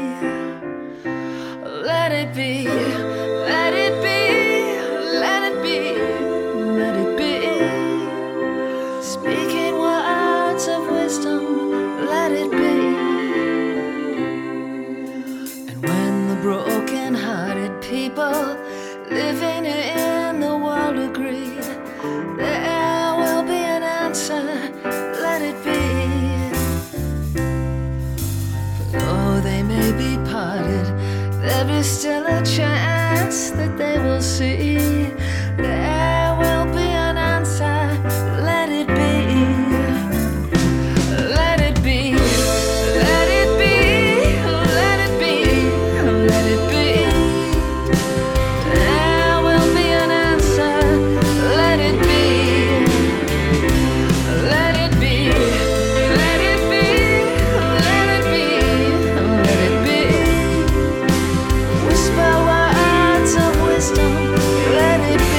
Let it be, let it be. Let it be, let it be. Speaking words of wisdom, let it be. And when the broken-hearted people living in the world agree, there will be an answer, let it be. For though they may be parted, there is still a chance that they will see. There will be an answer, let it be. Let it be, let it be, let it be, let it be. There will be an answer, let it be. Let it be, let it be, let it be, let it be. Whisper words of wisdom, let it be.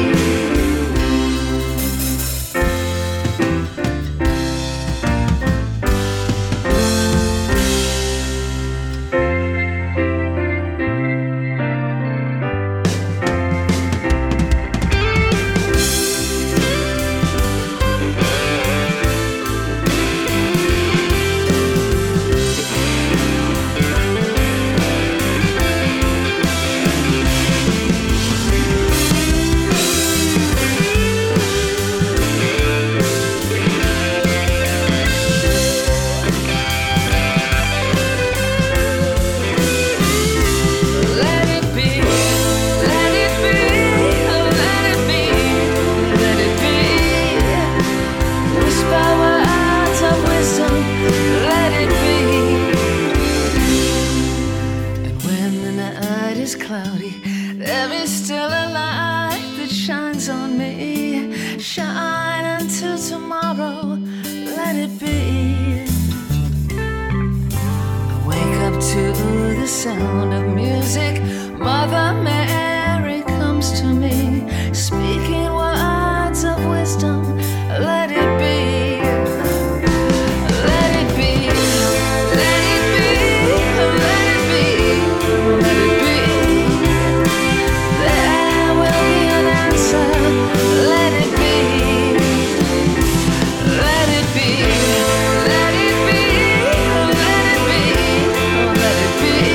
Sound of music, Mother Mary comes to me, speaking words of wisdom, let it be. Let it be, let it be, let it be, let it be. There will be an answer, let it be. Let it be, let it be, let it be, let it be.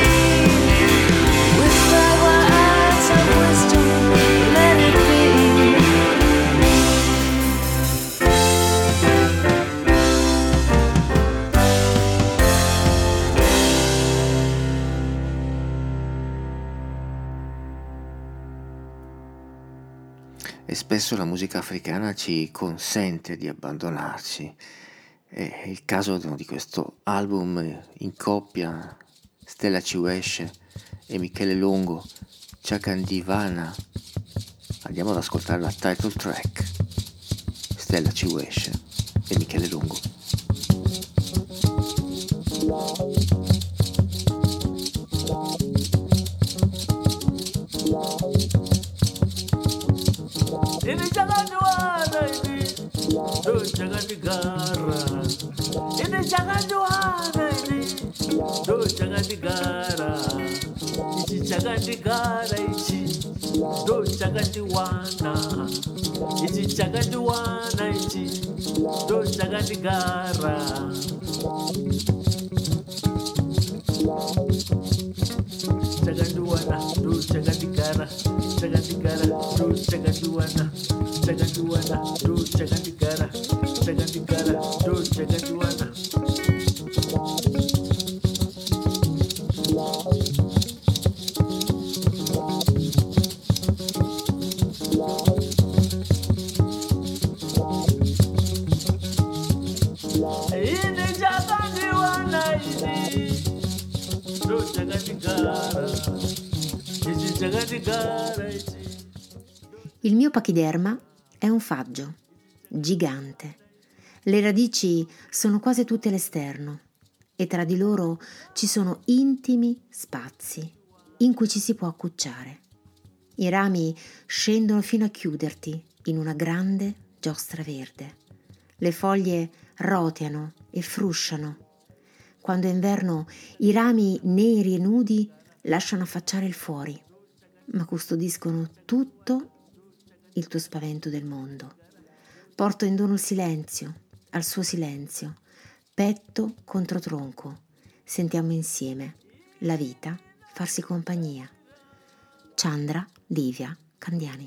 E spesso la musica africana ci consente di abbandonarci. È il caso di questo album in coppia, Stella Chiweshe e Michele Longo, Chakandivana. Andiamo ad ascoltare la title track, Stella Chiweshe e Michele Longo.
Ini jangan juara ini, tuh jangan digara. Ini jangan juara ini, tuh jangan digara. Ini jangan digara ini, tuh jangan diwana. Ini jangan diwana ini, tuh jangan digara. chakatiwana chakatiwana ndo chakatigara chakatigara ndo chakatiwana.
Il mio pachiderma è un faggio gigante. Le radici sono quasi tutte all'esterno e tra di loro ci sono intimi spazi in cui ci si può accucciare. I rami scendono fino a chiuderti in una grande giostra verde. Le foglie roteano e frusciano. Quando è inverno i rami neri e nudi lasciano affacciare il fuori, ma custodiscono tutto il tuo spavento del mondo. Porto in dono il silenzio, al suo silenzio, petto contro tronco. Sentiamo insieme la vita farsi compagnia. Chandra Divya Candiani.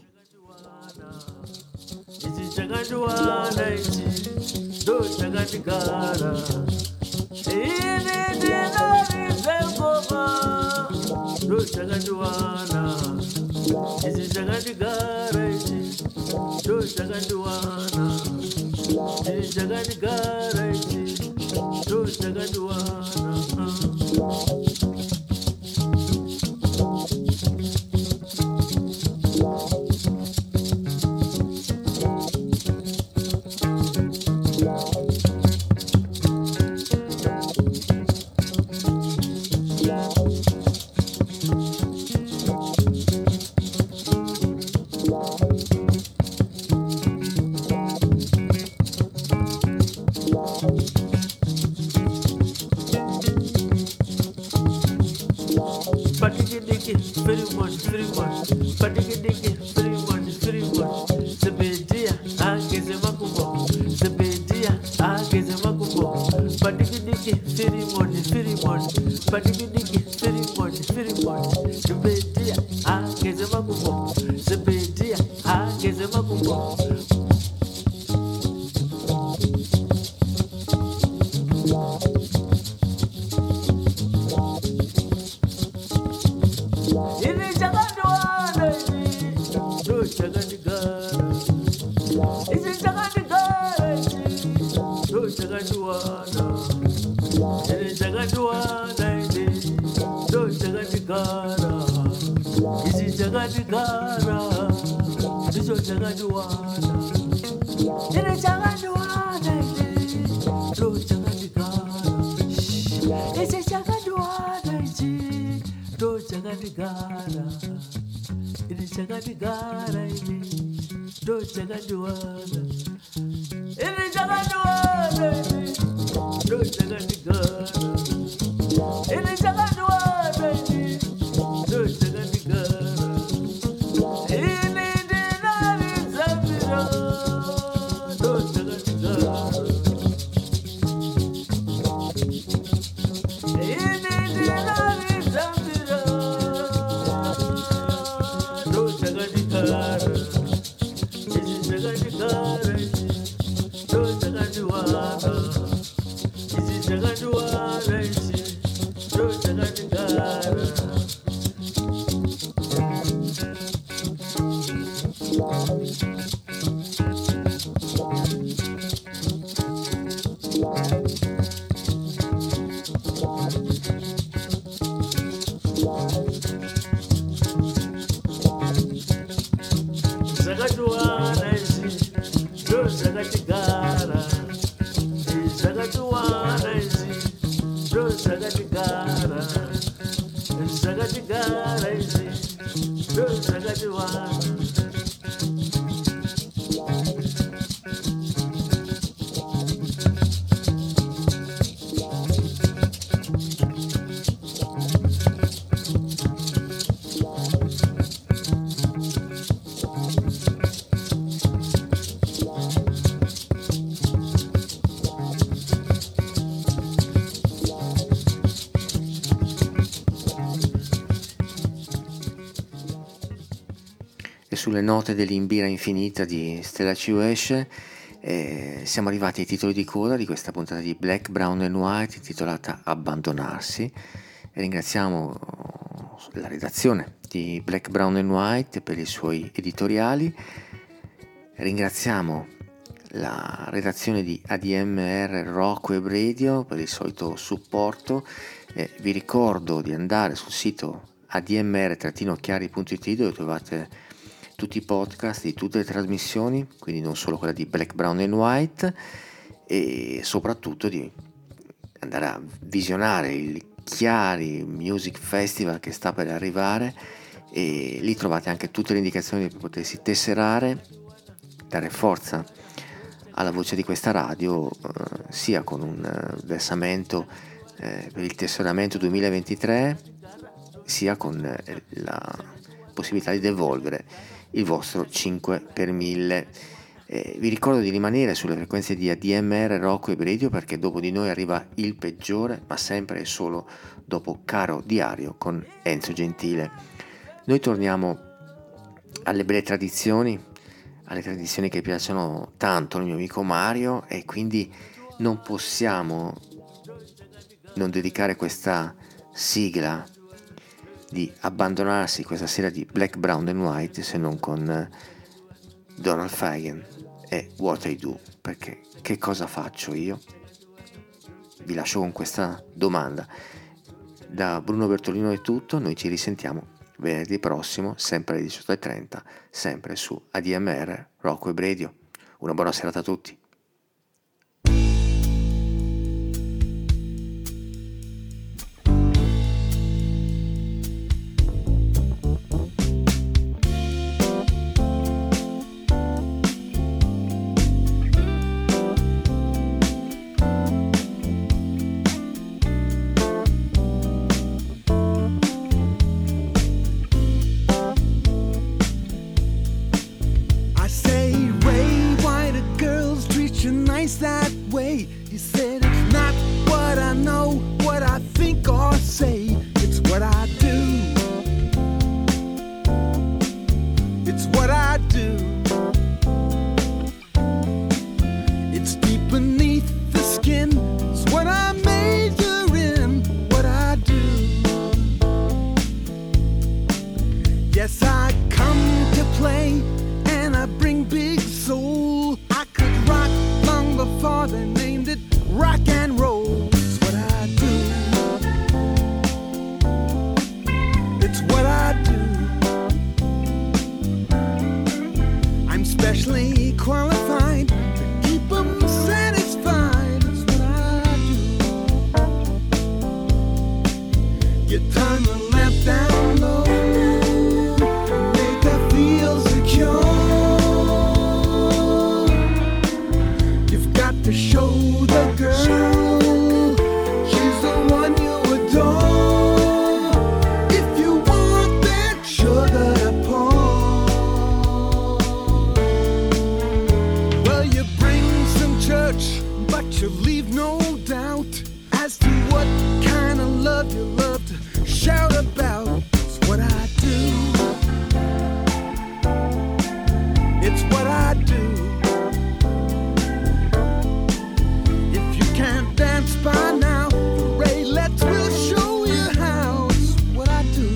sulle note dell'Imbira Infinita di Stella Ciuesce siamo arrivati ai titoli di coda di questa puntata di Black, Brown and White intitolata Abbandonarsi. E ringraziamo la redazione di Black, Brown and White per i suoi editoriali. Ringraziamo la redazione di ADMR Rock Web Radio per il solito supporto. Vi ricordo di andare sul sito admr-chiari.it dove trovate tutti i podcast di tutte le trasmissioni, quindi non solo quella di Black, Brown and White, e soprattutto di andare a visionare il Chiari Music Festival che sta per arrivare, e lì trovate anche tutte le indicazioni per potersi tesserare, dare forza alla voce di questa radio, sia con un versamento per il tesseramento 2023, sia con la possibilità di devolvere il vostro 5 per 1000. Vi ricordo di rimanere sulle frequenze di ADMR Rock Web Radio, perché dopo di noi arriva il peggiore, ma sempre e solo dopo Caro Diario con Enzo Gentile. Noi torniamo alle belle tradizioni, alle tradizioni che piacciono tanto al mio amico Mario, e quindi non possiamo non dedicare questa sigla di Abbandonarsi questa sera di Black, Brown and White se non con Donald Fagen e What I Do, perché che cosa faccio io? Vi lascio con questa domanda. Da Bruno Bertolino è tutto, noi ci risentiamo venerdì prossimo sempre alle 18:30, sempre su ADMR Rock Web Radio. Una buona serata a tutti.
That way, he said, it's not what I know, what I think or say, it's what I do. It's what I do. It's deep beneath the skin, it's what I major in, what I do. Yes, I come to play and I bring big soul. I could rock long before they named it rock and roll. It's what I do. It's what I do. I'm specially qualified to keep them satisfied. It's what I do. You turn the lamp down low, make her feel secure. To show the girl she's the one you adore. If you want that sugar to pour, well, you bring some church, but you leave no doubt as to what kind of love you love to shout about. It's what I do. It's what I do. Can't dance by now, Ray, we'll show you how. It's what I do.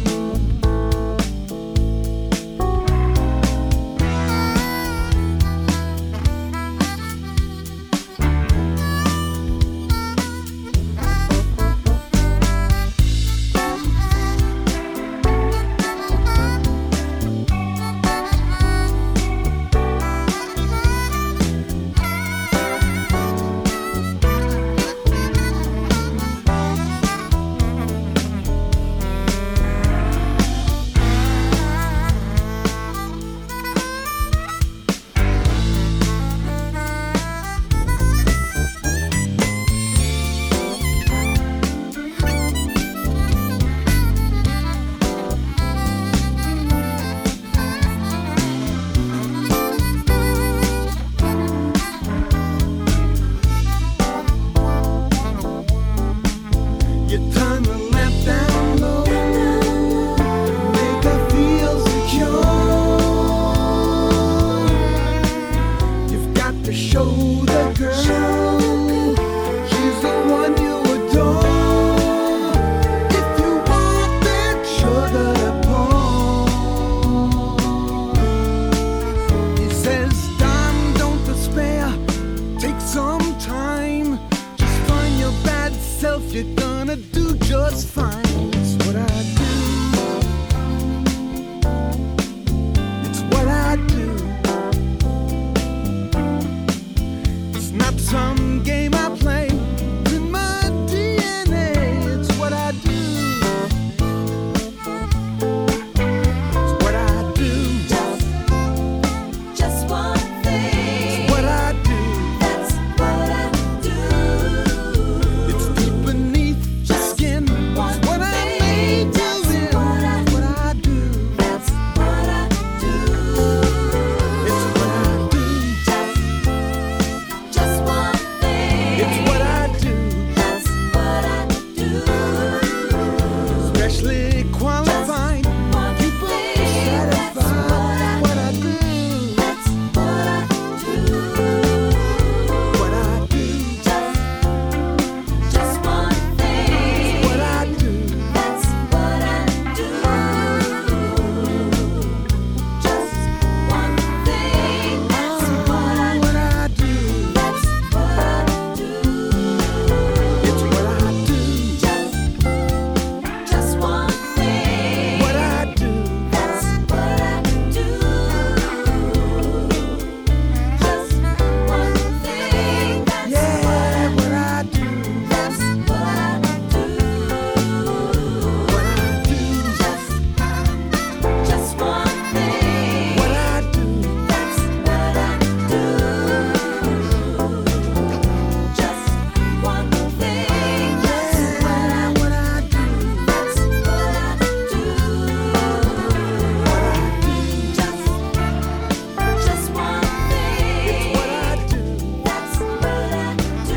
you're gonna do just fine. It's what I do. It's what I do. It's not some game I play. It's in my DNA. It's what I do. It's what I do.
Just one thing.
It's what I do.
That's what I do.
It's deep beneath the skin. It's what I made to live. It's what I do.
That's what I do.
It's what I do.
Just one thing.
It's what I do.
That's what I do.
Especially qualified.
One
People
thing.
satisfied. What I do.
That's what I do.
What I do.
Just one thing.
What I do.
That's what I do. Just one thing. That's what I do.
What I do.
That's what I do.
It's what I do.
Just one thing.
What I do.
That's what I do. Just one thing. That's
Yeah, what I do.
That's what I do.
What I do.
Just one thing.
What I do.
That's what I do. Just one thing. That's what I do.
What I do.
That's what I do. Just one thing.
What I do.
That's what I do.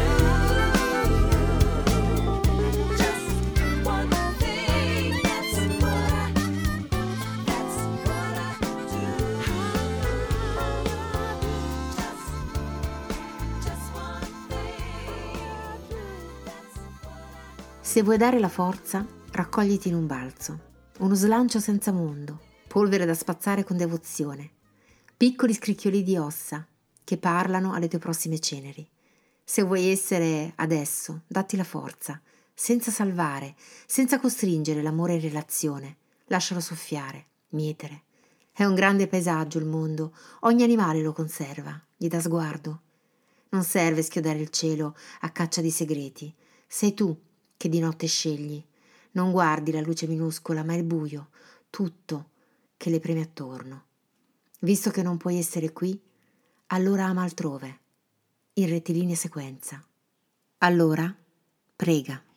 Just one thing. That's what I do. That's what I do. Just one thing.
Se vuoi dare la forza, raccogliti in un balzo, uno slancio senza mondo, polvere da spazzare con devozione, piccoli scricchioli di ossa che parlano alle tue prossime ceneri. Se vuoi essere adesso, datti la forza, senza salvare, senza costringere l'amore in relazione, lascialo soffiare, mietere. È un grande paesaggio il mondo, ogni animale lo conserva, gli dà sguardo. Non serve schiodare il cielo a caccia di segreti, sei tu che di notte scegli. Non guardi la luce minuscola, ma il buio, tutto che le preme attorno. Visto che non puoi essere qui, allora ama altrove, in rettilinea sequenza. Allora, prega.